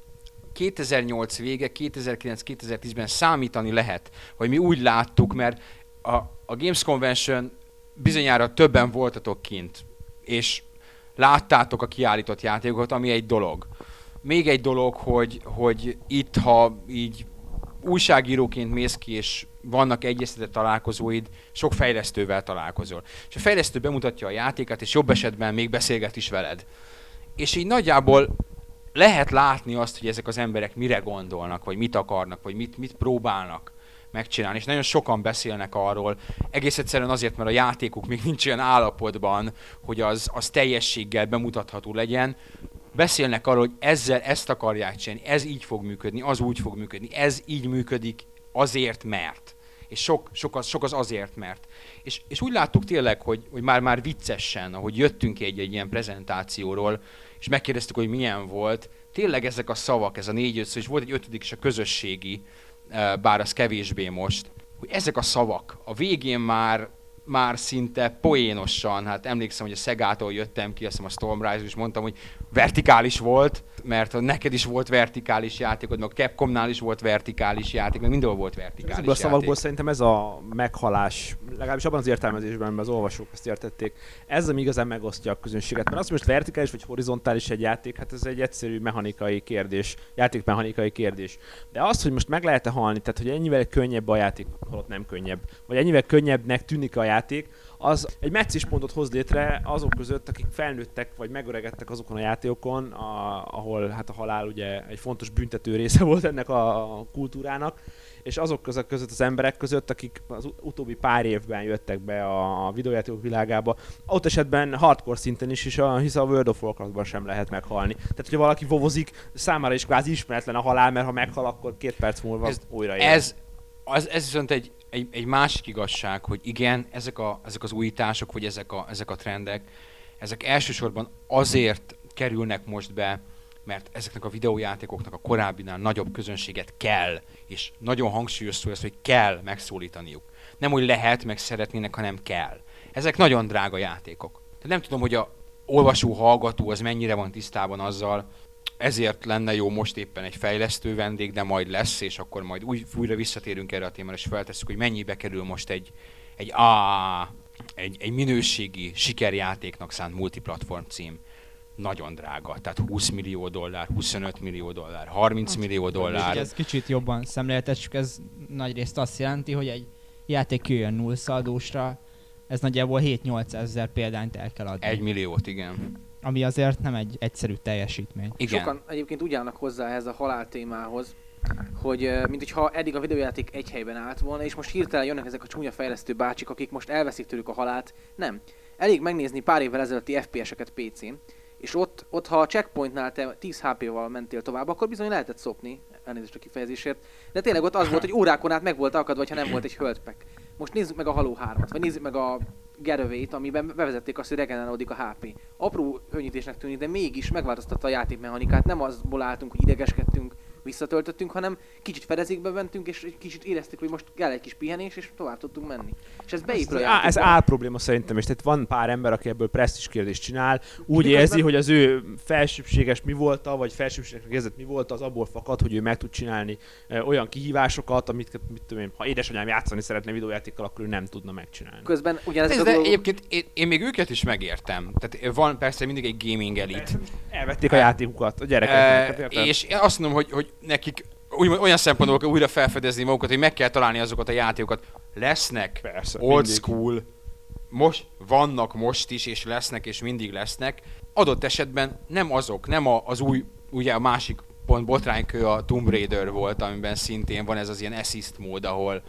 2008 vége, 2009-2010-ben számítani lehet, hogy mi úgy láttuk, mert a Games Convention bizonyára többen voltatok kint, és láttátok a kiállított játékokat, ami egy dolog. Még egy dolog, hogy itt, ha így újságíróként mész ki, és vannak egyeztetett találkozóid, sok fejlesztővel találkozol. És a fejlesztő bemutatja a játékát, és jobb esetben még beszélget is veled. És így nagyjából lehet látni azt, hogy ezek az emberek mire gondolnak, vagy mit akarnak, vagy mit próbálnak megcsinálni. És nagyon sokan beszélnek arról, egész egyszerűen azért, mert a játékuk még nincs olyan állapotban, hogy az teljességgel bemutatható legyen. Beszélnek arról, hogy ezzel ezt akarják csinálni, ez így fog működni, az úgy fog működni, ez így működik azért, mert. És sok az azért, mert. És úgy láttuk tényleg, hogy már viccesen, ahogy jöttünk egy ilyen prezentációról, és megkérdeztük, hogy milyen volt, tényleg ezek a szavak, ez a 4-5 szó, és volt egy 5. is a közösségi, bár az kevésbé most, hogy ezek a szavak a végén már szinte poénosan, hát emlékszem, hogy a Szegától jöttem ki, azt hiszem a Stormrise, és mondtam, hogy vertikális volt. mert neked is volt vertikális játékod, meg a Capcomnál is volt vertikális játék, meg mindenhol volt vertikális játék. A szavakból szerintem ez a meghalás, legalábbis abban az értelmezésben, amiben az olvasók ezt értették, ez ami igazán megosztja a közönséget. Mert az, hogy most vertikális vagy horizontális egy játék, hát ez egy egyszerű mechanikai kérdés, játékmechanikai kérdés. De az, hogy most meg lehet-e halni, tehát hogy ennyivel könnyebb a játék, holott nem könnyebb, vagy ennyivel könnyebbnek tűnik a játék, az egy meccéspontot hoz létre azok között, akik felnőttek vagy megöregedtek azokon a játékokon, ahol hát a halál ugye egy fontos büntető része volt ennek a kultúrának, és azok között az emberek között, akik az utóbbi pár évben jöttek be a videójátékok világába, ott esetben hardcore szinten is, hisz a World of Warcraftban sem lehet meghalni. Tehát, hogyha valaki vovozik, számára is kvázi ismeretlen a halál, mert ha meghal, akkor 2 perc múlva újra él. Ez viszont egy másik igazság, hogy igen, ezek az újítások, vagy ezek a trendek, ezek elsősorban azért kerülnek most be, mert ezeknek a videójátékoknak a korábbinál nagyobb közönséget kell, és nagyon hangsúlyozó ez, hogy kell megszólítaniuk. Nem, hogy lehet, meg szeretnének, hanem kell. Ezek nagyon drága játékok. Tehát nem tudom, hogy a olvasó, hallgató az mennyire van tisztában azzal, ezért lenne jó most éppen egy fejlesztő vendég, de majd lesz, és akkor majd újra visszatérünk erre a témára, és feltesszük, hogy mennyibe kerül most egy minőségi sikerjátéknak szánt multiplatform cím. Nagyon drága, tehát $20 millió, $25 millió, $30 millió. Ez kicsit jobban szemléltetjük, ez nagyrészt azt jelenti, hogy egy játék jöjjön nullszaldósra, ez nagyjából 7-8 ezer példányt el kell adni. 1 milliót, igen. Ami azért nem egy egyszerű teljesítmény. Igen. Sokan egyébként úgy állnak hozzá ehhez a halál témához, hogy mintha eddig a videójáték egy helyben állt volna, és most hirtelen jönnek ezek a csúnya fejlesztő bácsik, akik most elveszik tőlük a halált. Nem. Elég megnézni pár évvel ezelőtti FPS-eket PC-n, és ott ha a checkpointnál te 10 HP-val mentél tovább, akkor bizony lehetett szopni, elnézést a kifejezésért, de tényleg ott az volt, hogy órákon át meg volt akadva, vagy ha nem volt egy höldpack. Most nézzük meg a Halo 3-at, vagy nézzük meg a Getaway-t, amiben bevezették azt, hogy regenerálódik a HP. Apró könnyítésnek tűnik, de mégis megváltoztatta a játékmechanikát, nem azból álltunk, hogy idegeskedtünk, visszatöltöttünk, hanem kicsit fedezékbe mentünk, és egy kicsit éreztük, hogy most kell egy kis pihenés, és tovább tudtunk menni. És ez beépül a játékba. Ez álprobléma szerintem, és tehát van pár ember, aki ebből presztízs kérdést csinál, úgy érzi, hogy az ő felsőbséges mi volt, vagy felsőbségesnek érzett mi volt, az abból fakad, hogy ő meg tud csinálni olyan kihívásokat, amit tudom én, ha édesanyám játszani szeretne videójátékkal, akkor ő nem tudna megcsinálni. Közben ugyanez de egyébként én még őket is megértem. Tehát van persze mindig egy gaming elit. Elvették a játékukat, a gyerekek. És én azt mondom, hogy nekik olyan szempontból kell újra felfedezni magukat, hogy meg kell találni azokat a játékokat. Lesznek persze, old mindig. school, vannak most is, és lesznek, és mindig lesznek. Adott esetben nem azok, nem az új, ugye a másik pont botránykő a Tomb Raider volt, amiben szintén van ez az ilyen assist mód,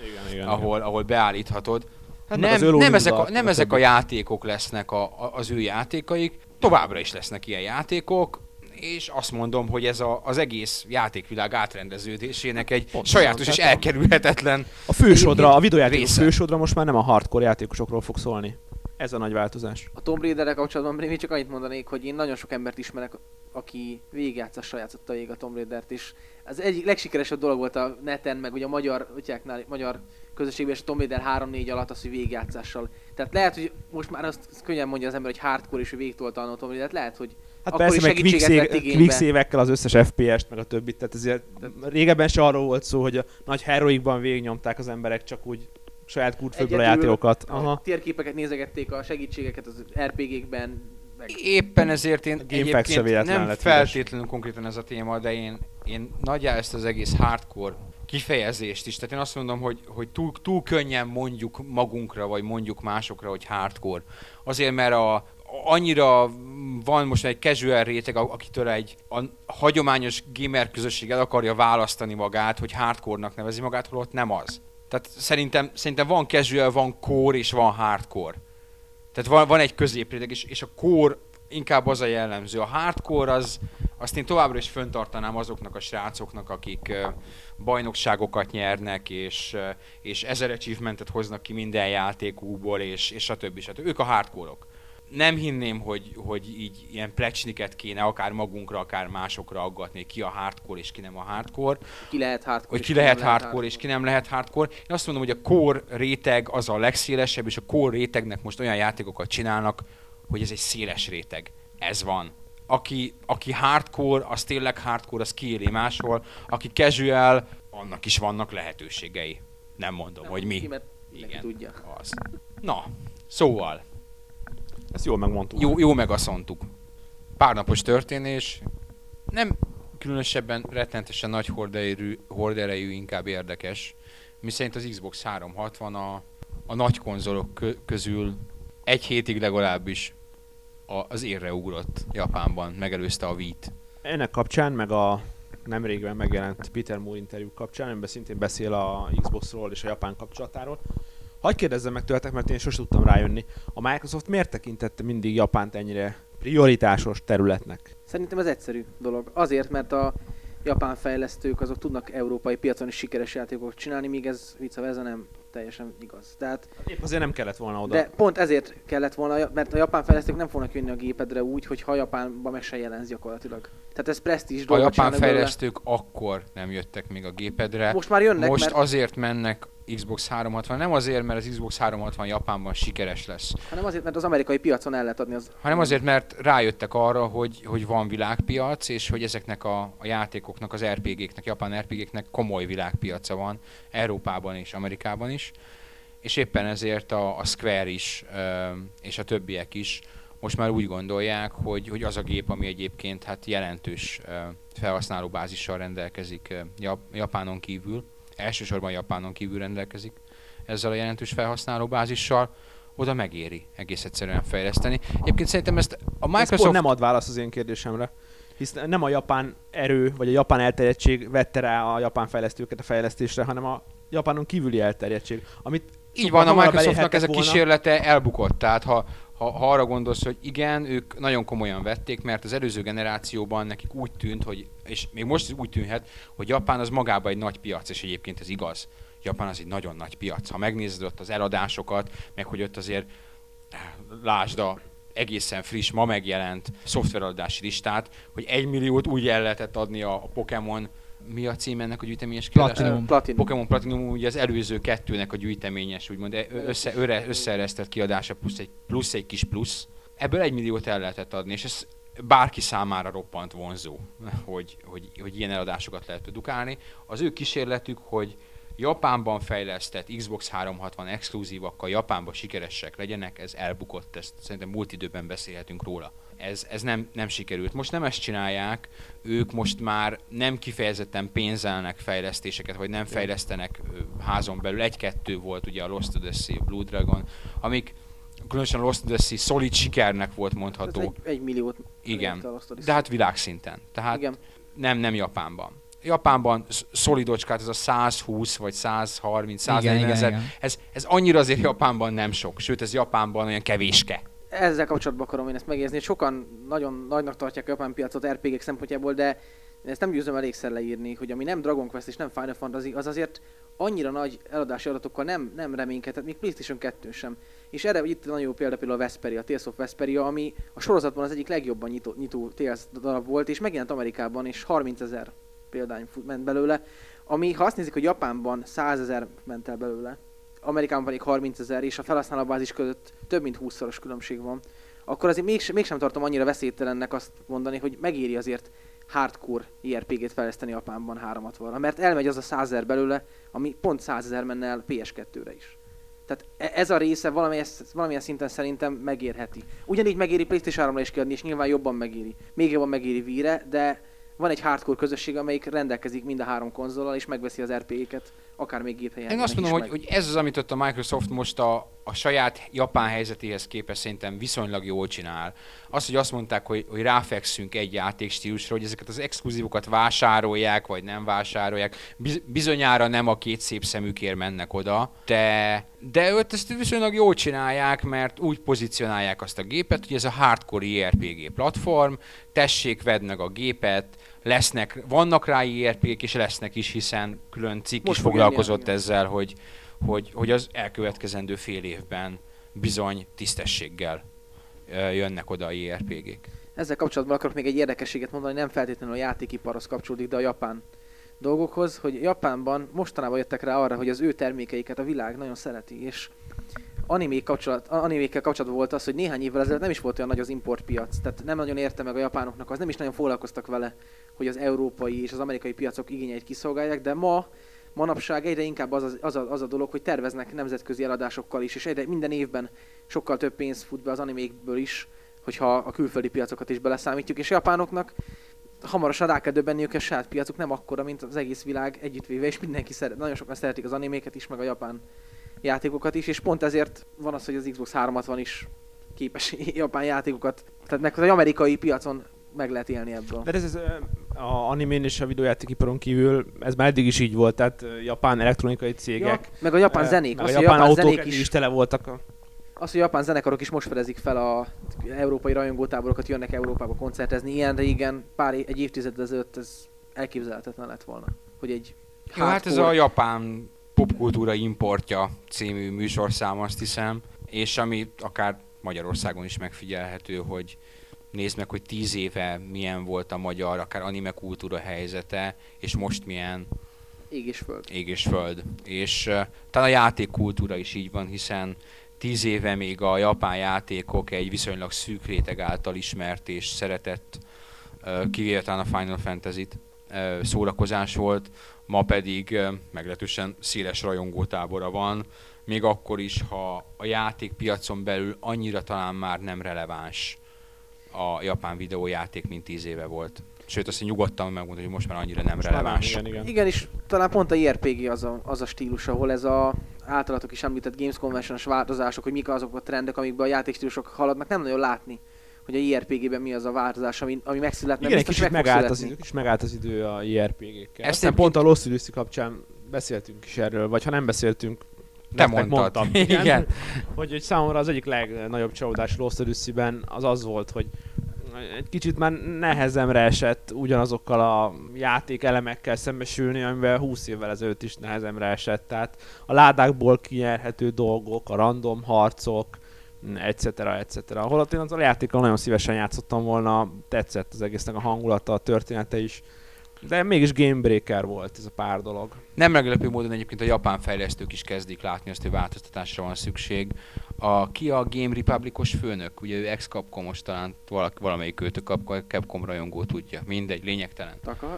ahol beállíthatod. Hát nem ezek a játékok lesznek az ő játékaik, továbbra is lesznek ilyen játékok, és azt mondom, hogy ez az egész játékvilág átrendeződésének egy sajátos és elkerülhetetlen a videójátékok fősodra most már nem a hardcore játékosokról fog szólni. Ez a nagy változás. A Tomb Raider-rel kapcsolatban még csak annyit mondanék, hogy én nagyon sok embert ismerek, aki végigjátszással játszotta végig a Tomb Raidert, és az egyik legsikeresebb dolog volt a neten, meg ugye a magyar közösségben és a Tomb Raider 3-4 alatt az, hogy végigjátszással. Tehát lehet, hogy most már azt könnyen mondja az ember, hogy hardcore és végigtolta a Tomb Raider, lehet, hogy hát akkor persze, is segítséget vett igénybe. Quick-save-ekkel az összes FPS-t, meg a többit, tehát ezért régebben se arról volt szó, hogy a nagy heroikban végignyomták az emberek csak úgy saját kultfőből a játékokat. A térképeket nézegették, a segítségeket az RPG-kben. Éppen ezért én egyébként nem feltétlenül konkrétan ez a téma, de én nagyjából ezt az egész hardcore kifejezést is. Tehát én azt mondom, hogy túl könnyen mondjuk magunkra, vagy mondjuk másokra, hogy hardcore. Azért, mert annyira van most egy casual réteg, akitől a hagyományos gamer közösség el akarja választani magát, hogy hardcore-nak nevezi magát, holott nem az. Tehát szerintem van casual, van core és van hardcore. Tehát van egy középréteg, és a core inkább az a jellemző. A hardcore azt én továbbra is föntartanám azoknak a srácoknak, akik bajnokságokat nyernek, és 1000 achievementet hoznak ki minden játékukból, és stb. Ők a hardcore-ok. Nem hinném, hogy így ilyen plecsniket kéne akár magunkra, akár másokra aggatni, ki a hardcore és ki nem a hardcore. Ki lehet hardcore, hogy ki lehet hardcore és ki nem lehet hardcore. Én azt mondom, hogy a core réteg az a legszélesebb, és a core rétegnek most olyan játékokat csinálnak, hogy ez egy széles réteg. Ez van. aki hardcore, az tényleg hardcore, az kiéli máshol. Aki casual, annak is vannak lehetőségei. Nem mondom, hogy mi. Igen, tudja. Az. Na, szóval. Ezt jól megmondtuk. Jó megaszontuk. Pár napos történés. Nem különösebben rettenetesen nagy horderejű, inkább érdekes. Miszerint az Xbox 360 a nagy konzolok közül egy hétig legalábbis az érre ugrott Japánban, megelőzte a Wii-t. Ennek kapcsán, meg a nemrégben megjelent Peter Moore interjú kapcsán, amiben szintén beszél a Xboxról és a Japán kapcsolatáról. Hadd kérdezzem meg tőletek, mert én sosem tudtam rájönni. A Microsoft miért tekintette mindig Japánt ennyire prioritásos területnek? Szerintem ez egyszerű dolog. Azért, mert a japán fejlesztők azok tudnak európai piacon is sikeres játékokat csinálni, míg ez vice versa nem teljesen igaz. Tehát, épp azért nem kellett volna oda. De pont ezért kellett volna, mert a japán fejlesztők nem fognak jönni a gépedre úgy, hogy ha Japánban meg se jelensz gyakorlatilag. Tehát ez presztízs dolog. A japán fejlesztők akkor nem jöttek még a gépedre. Most már jönnek, most azért mennek Xbox 360, nem azért, mert az Xbox 360 Japánban sikeres lesz. Hanem azért, mert az amerikai piacon el lehet adni az... Hanem azért, mert rájöttek arra, hogy van világpiac, és hogy ezeknek a játékoknak, az RPG-knek, japán RPG-knek komoly világpiaca van, Európában és Amerikában is. És éppen ezért a Square is, és a többiek is most már úgy gondolják, hogy az a gép, ami egyébként hát jelentős felhasználóbázissal rendelkezik Japánon kívül, elsősorban Japánon kívül rendelkezik ezzel a jelentős felhasználóbázissal, oda megéri egész egyszerűen fejleszteni. Egyébként szerintem ezt a Microsoft... Ez nem ad választ az én kérdésemre. Hisz nem a japán erő, vagy a japán elterjedtség vette rá a japán fejlesztőket a fejlesztésre, hanem a Japánon kívüli elterjedtség. Amit így van, a Microsoftnak ez a kísérlete elbukott. Tehát ha arra gondolsz, hogy igen, ők nagyon komolyan vették, mert az előző generációban nekik úgy tűnt, hogy, és még most úgy tűnhet, hogy Japán az magában egy nagy piac, és egyébként ez igaz. Japán az egy nagyon nagy piac. Ha megnézed ott az eladásokat, meg hogy ott azért lásd a egészen friss, ma megjelent szoftvereladási listát, hogy 1 milliót úgy el lehetett adni a Pokémon, mi a cím ennek a gyűjteményes kiadásnak? Platinum. Pokémon ugye az előző kettőnek a gyűjteményes, úgymond összeeresztett kiadása plusz egy kis plusz. Ebből 1 milliót el lehetett adni, és ez bárki számára roppant vonzó, hogy ilyen eladásokat lehet produkálni. Az ő kísérletük, hogy Japánban fejlesztett Xbox 360 exkluzívakkal Japánban sikeresek legyenek, ez elbukott, ezt szerintem múlt időben beszélhetünk róla. Ez nem sikerült. Most nem ezt csinálják, ők most már nem kifejezetten pénzelnek fejlesztéseket, vagy nem fejlesztenek házon belül. 1-2 volt ugye a Lost Odyssey, Blue Dragon, amik különösen a Lost Odyssey szolid sikernek volt mondható. Ez 1 milliót. Igen, de hát világszinten. Tehát igen. Nem Japánban. Japánban szolidocskát, ez a 120 vagy 130, 140 ezer, ez annyira azért Japánban nem sok, sőt ez Japánban olyan kevéske. Ezzel kapcsolatban akarom én ezt megérzni. Sokan nagyon nagynak tartják a japán piacot RPG-k szempontjából, de ezt nem győzöm elégszer leírni, hogy ami nem Dragon Quest és nem Final Fantasy, az azért annyira nagy eladási adatokkal nem reménykedett, még PlayStation 2 sem. És erre itt nagyon jó példa például a Vesperia, a Tales of Vesperia, ami a sorozatban az egyik legjobban nyitó Tales darab volt, és megjelent Amerikában, és 30 000 példány ment belőle, ami ha azt nézik, hogy Japánban 100 000 ment el belőle, Amerikában pedig 30 000, és a felhasználóbázis között több mint 20-szoros különbség van, akkor azért mégsem tartom annyira veszélytelennek azt mondani, hogy megéri azért hardcore IRPG-t fejleszteni Japánban 360-ra, mert elmegy az a 100 000 belőle, ami pont 100 000 menne el PS2-re is. Tehát ez a része valamilyen szinten szerintem megérheti. Ugyanígy megéri PlayStation 3-ra is kiadni, és nyilván jobban megéri. Még jobban megéri Wii-re, de van egy hardcore közösség, amelyik rendelkezik mind a 3 konzollal, és megveszi az RPG-ket, akár még géphelyen. Én azt mondom, hogy ez az, amit ott a Microsoft most a saját japán helyzetéhez képest szerintem viszonylag jól csinál. Az, hogy azt mondták, hogy ráfekszünk egy játékstílusra, hogy ezeket az exkluzívokat vásárolják, vagy nem vásárolják. Bizonyára nem a 2 szép szemükért mennek oda, de ott ezt viszonylag jól csinálják, mert úgy pozícionálják azt a gépet, hogy ez a hardcore JRPG platform, tessék, vedd meg a gépet, vannak rá JRPG-k, és lesznek is, hiszen külön cikk is foglalkozott ezzel, hogy az elkövetkezendő fél évben bizony tisztességgel jönnek oda a JRPG-k. Ezzel kapcsolatban akarok még egy érdekességet mondani, nem feltétlenül a játékiparhoz kapcsolódik, de a japán dolgokhoz, hogy Japánban mostanában jöttek rá arra, hogy az ő termékeiket a világ nagyon szereti, és animékkel kapcsolatban volt az, hogy néhány évvel ezelőtt nem is volt olyan nagy az importpiac. Tehát nem nagyon érte meg a japánoknak, az nem is nagyon foglalkoztak vele, hogy az európai és az amerikai piacok igényeit kiszolgálják, de manapság egyre inkább az a dolog, hogy terveznek nemzetközi eladásokkal is, és minden évben sokkal több pénz fut be az animékből is, hogyha a külföldi piacokat is beleszámítjuk, és a japánoknak hamarosan rá kell döbbenniük, a saját piacuk nem akkora, mint az egész világ együttvéve, és mindenki nagyon sokan szeretik az animéket is, meg a japán játékokat is, és pont ezért van az, hogy az Xbox 360 is képes japán játékokat, tehát meg az amerikai piacon meg lehet élni ebből. De ez a animén és a videójátékiparon kívül, ez már eddig is így volt, tehát japán elektronikai cégek. Ja, meg a japán zenék. Meg a japán autók is tele voltak. Az, hogy a japán zenekarok is most fedezik fel az európai rajongótáborokat, jönnek Európába koncertezni. Ilyen régen, egy évtized ezelőtt ez elképzelhetetlen lett volna, hogy egy hát ez a japán popkultúra importja című műsorszám, azt hiszem, és ami akár Magyarországon is megfigyelhető, hogy nézd meg, hogy 10 éve milyen volt a magyar, akár anime kultúra helyzete, és most milyen ég és föld. Ég és föld. És talán a játékkultúra is így van, hiszen 10 éve még a japán játékok egy viszonylag szűk réteg által ismert és szeretett, kivéve talán a Final Fantasy-t, szórakozás volt, ma pedig meglehetősen széles rajongótábora van, még akkor is, ha a játékpiacon belül annyira talán már nem releváns a japán videójáték, mint 10 éve volt. Sőt, azt nyugodtan megmondom, hogy most már annyira nem releváns. Igen, és talán pont a JRPG az a stílus, ahol ez a általatok is említett Games Convention-os változások, hogy mik azok a trendek, amikben a játékstílusok haladnak, nem nagyon látni, hogy a JRPG-ben mi az a változás, ami megszületne. Igen, kicsit megállt az idő a JRPG-kkel. Aztán pont a Lost Odyssey kapcsán beszéltünk is erről, vagy ha nem beszéltünk, te mondtad. Igen. hogy számomra az egyik legnagyobb csalódás Lost Odyssey-ben az volt, hogy egy kicsit már nehezemre esett ugyanazokkal a játékelemekkel szembesülni, amivel 20 évvel ezelőtt is nehezemre esett. Tehát a ládákból kinyerhető dolgok, a random harcok, etc. Holott én az a játékkal nagyon szívesen játszottam volna, tetszett az egésznek a hangulata, a története is. De mégis game breaker volt ez a pár dolog. Nem meglepő módon egyébként a japán fejlesztők is kezdik látni azt, hogy változtatásra van szükség. Ki a Game Republic-os főnök? Ugye ő ex-Capcomos, talán valamelyik őtök Capcom rajongó tudja. Mindegy, lényegtelen.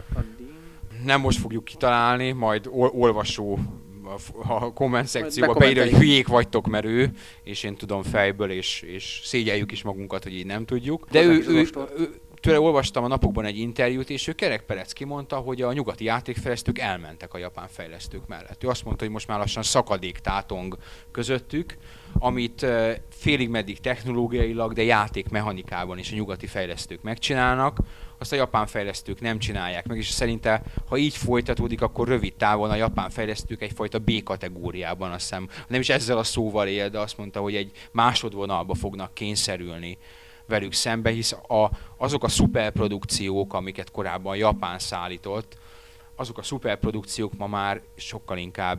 Nem most fogjuk kitalálni, majd olvasó a komment szekcióba beírja, hogy hülyék vagytok, mert ő, és én tudom fejből, és szégyeljük is magunkat, hogy így nem tudjuk. De tőle olvastam a napokban egy interjút, és ő kerekperec kimondta, hogy a nyugati játékfejlesztők elmentek a japán fejlesztők mellett. Ő azt mondta, hogy most már lassan szakadék tátong közöttük, amit félig meddig technológiailag, de játékmechanikában is a nyugati fejlesztők megcsinálnak, azt a japán fejlesztők nem csinálják meg, és szerinte, ha így folytatódik, akkor rövid távon a japán fejlesztők egyfajta B-kategóriában, azt hiszem, nem is ezzel a szóval él, de azt mondta, hogy egy másodvonalba fognak kényszerülni velük szembe, hisz azok a szuperprodukciók, amiket korábban Japán szállított, azok a szuperprodukciók ma már sokkal inkább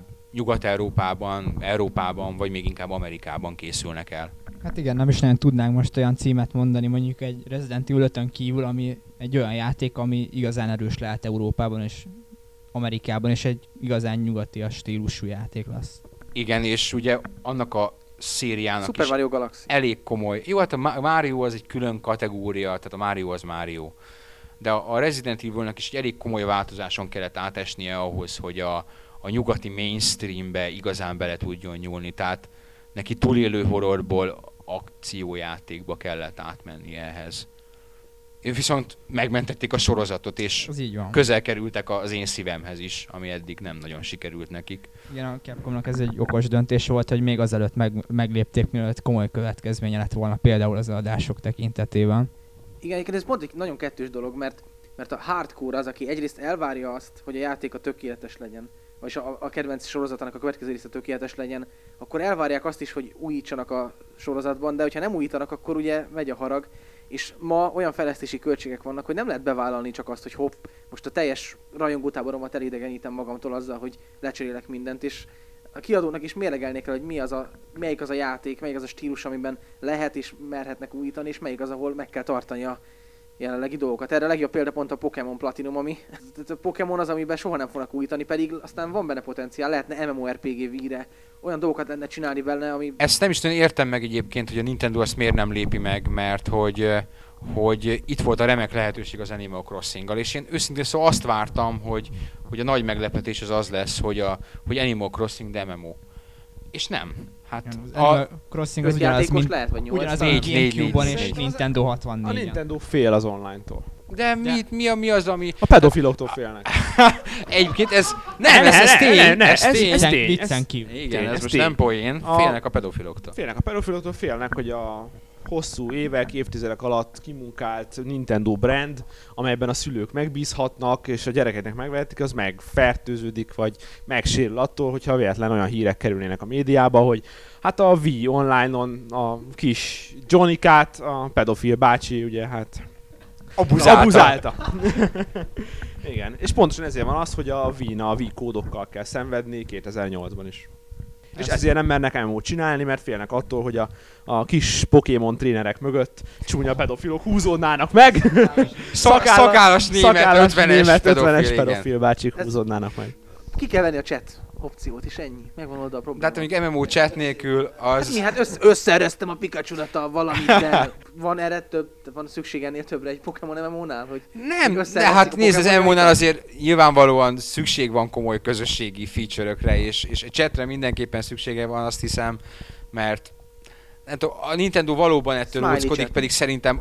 Európában, vagy még inkább Amerikában készülnek el. Hát igen, nem is nagyon tudnánk most olyan címet mondani, mondjuk egy Resident Evil 5-ön kívül, ami egy olyan játék, ami igazán erős lehet Európában és Amerikában, és egy igazán nyugatias stílusú játék lesz. Igen, és ugye annak a szériának Super is Mario Galaxy. Elég komoly. Jó, hát a Mario az egy külön kategória, tehát a Mario az Mario. De a Resident Evilnek is egy elég komoly változáson kellett átesnie ahhoz, hogy a nyugati mainstreambe igazán bele tudjon nyúlni. Tehát neki túlélő horrorból akciójátékba kellett átmenni ehhez. Viszont megmentették a sorozatot, és közel kerültek az én szívemhez is, ami eddig nem nagyon sikerült nekik. Igen, a Capcomnak ez egy okos döntés volt, hogy még azelőtt meglépték, mielőtt komoly következménye lett volna például az adások tekintetében. Igen, ez pont egy nagyon kettős dolog, mert a hardcore az, aki egyrészt elvárja azt, hogy a játék a tökéletes legyen, vagyis a kedvenc sorozatának a következő része tökéletes legyen, akkor elvárják azt is, hogy újítsanak a sorozatban, de hogyha nem újítanak, akkor ugye megy a harag. És ma olyan fejlesztési költségek vannak, hogy nem lehet bevállalni csak azt, hogy hopp, most a teljes rajongótáboromat elidegenítem magamtól azzal, hogy lecserélek mindent, és a kiadónak is mérlegelnék el, hogy melyik az a játék, melyik az a stílus, amiben lehet és merhetnek újítani, és melyik az, ahol meg kell tartani a jelenlegi dolgokat. Erre a legjobb példa pont a Pokémon Platinum, ami a Pokémon az, amiben soha nem fognak újítani, pedig aztán van benne potenciál, lehetne MMORPG vígre, olyan dolgokat lehetne csinálni benne, ami... Ezt nem is tudom, értem meg egyébként, hogy a Nintendo azt miért nem lépi meg, mert hogy itt volt a remek lehetőség az Animal Crossing-gal, és én őszintén szóval azt vártam, hogy a nagy meglepetés az lesz, hogy Animal Crossing de MMO. És nem. Hát a Crossing az ugyanaz, mint lehet, vagy ugyanaz a Gamecube-on és Nintendo 64-en. A Nintendo fél az online-tól. De mi az, ami... A pedofiloktól félnek. Egyébként ez... Ez tény. Viccen kívül. Igen, ez most nem poén. Félnek a pedofiloktól. Félnek a pedofiloktól, félnek, hogy a hosszú évek, évtizedek alatt kimunkált Nintendo brand, amelyben a szülők megbízhatnak, és a gyerekeknek megvehetik, az megfertőződik, vagy megsérül attól, hogyha véletlen olyan hírek kerülnének a médiába, hogy hát a Wii Online-on a kis Johnny-kát, a pedofil bácsi, ugye hát abuzálta. Igen, és pontosan ezért van az, hogy a Wii kódokkal kell szenvedni 2008-ban is. És ezért nem mernek MMO-t csinálni, mert félnek attól, hogy a kis Pokémon trénerek mögött csúnya pedofilok húzódnának meg. Szakállas német 50-es pedofil bácsik húzódnának meg. Ki kell venni a chat opciót, és ennyi. Megvan oldal a probléma. De hát mondjuk MMO chat nélkül az... Hát összeeresztem a Pikachu-nat a valamit, de van erre több, van szükség ennél többre egy Pokémon MMO-nál, hogy... Nem, de hát nézd, az MMO-nál azért nyilvánvalóan szükség van komoly közösségi feature-ökre, és a chatre mindenképpen szüksége van, azt hiszem, mert a Nintendo valóban ettől óckodik, pedig szerintem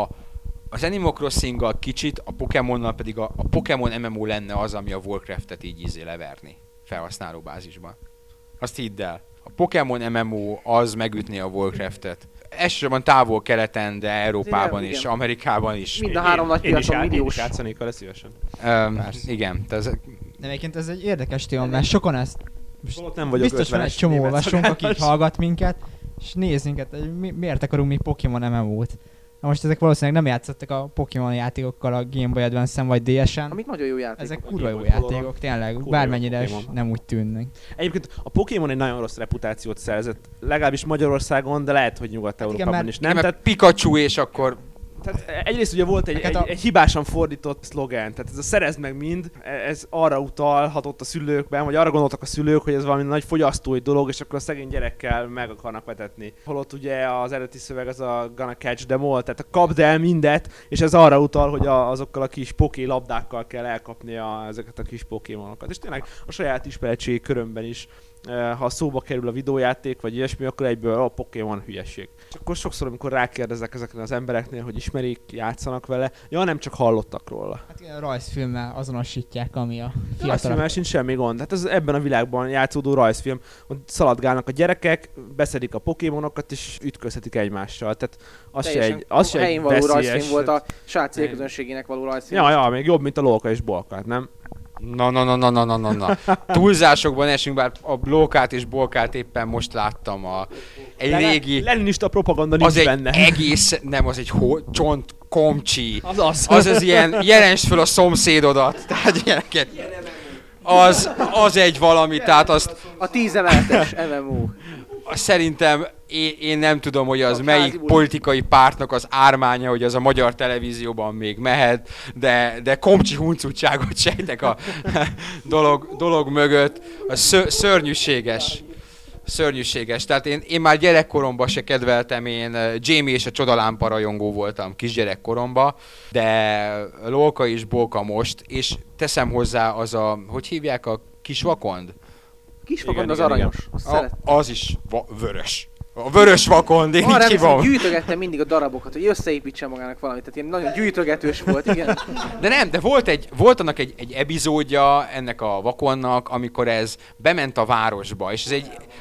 az Animal Crossing-gal kicsit, a Pokémonnal pedig a Pokémon MMO lenne az, ami a Warcraft-et így leverni felhasználóbázisban. Azt hidd el. A Pokémon MMO az megütné a Warcraft-et. Elsősorban távol-keleten, de Európában is, Amerikában is. Mind a három nagy piacon milliós. Én is játszanék vele szívesen. Igen. De egyébként ez egy érdekes téma, mert sokan ezt... Nem vagyok biztos van egy csomó olvasónk, aki hallgat minket, és néz minket, miért akarunk mi Pokémon MMO-t. Na most ezek valószínűleg nem játszottak a Pokémon játékokkal a Game Boy Advance-en vagy DS-en. Amik nagyon jó játékok. Ezek kurva jó játékok, tényleg, bármennyire is nem úgy tűnnek. Egyébként a Pokémon egy nagyon rossz reputációt szerzett, legalábbis Magyarországon, de lehet, hogy Nyugat-Európában is nem. Tehát Pikachu és akkor... Tehát egyrészt ugye volt egy hibásan fordított szlogán, tehát ez a szerezd meg mind, ez arra utalhatott a szülőkben, vagy arra gondoltak a szülők, hogy ez valami nagy fogyasztói dolog, és akkor a szegény gyerekkel meg akarnak vetetni. Holott ugye az eredeti szöveg az a gonna catch them all, tehát kapd el mindet, és ez arra utal, hogy azokkal a kis poké labdákkal kell elkapni ezeket a kis pokémonokat. És tényleg a saját ismeretségi körömben is, ha szóba kerül a videójáték, vagy ilyesmi, akkor egyből a Pokémon hülyeség. És akkor sokszor, amikor rákérdezek ezekre az embereknél, hogy ismerik, játszanak vele, nem csak hallottak róla. Hát ilyen rajzfilmmel azonosítják, ami a fiatalok. Rajzfilmmel sincs semmi gond. Hát ez ebben a világban játszódó rajzfilm, hogy szaladgálnak a gyerekek, beszedik a Pokémonokat és ütközhetik egymással. Tehát az se egy való rajzfilm volt, a saját célközönségének való rajzfilm. Ja, még jobb, mint a Lóka és Bolkát, nem? Na. Túlzásokban esünk, bár a Lókát és Bolkát éppen most láttam egy régi... Leninista propaganda nincs benne. Az egy egész, nem, az egy csont komcsi. Az ilyen, jelensd föl a szomszédodat. Tehát ilyeneket. Az egy valami, tehát azt... A 10 emeletes MMO. Szerintem én nem tudom, hogy az melyik politikai pártnak az ármánya, hogy az a magyar televízióban még mehet, de komcsi huncutságot sejtek a dolog mögött. Az szörnyűséges. Tehát én már gyerekkoromban se kedveltem, én Jamie és a Csodalámpa rajongó voltam kisgyerekkoromban, de Lóka és Bolka most, és teszem hozzá hogy hívják a kis vakond? Kisvakond az aranyos. Az is vörös. A vörös vakond, én így hívom. Gyűjtögettem mindig a darabokat, hogy összeépítsen magának valamit. Tehát ilyen nagyon gyűjtögetős volt, igen. De volt annak egy epizódja ennek a vakonnak, amikor ez bement a városba, és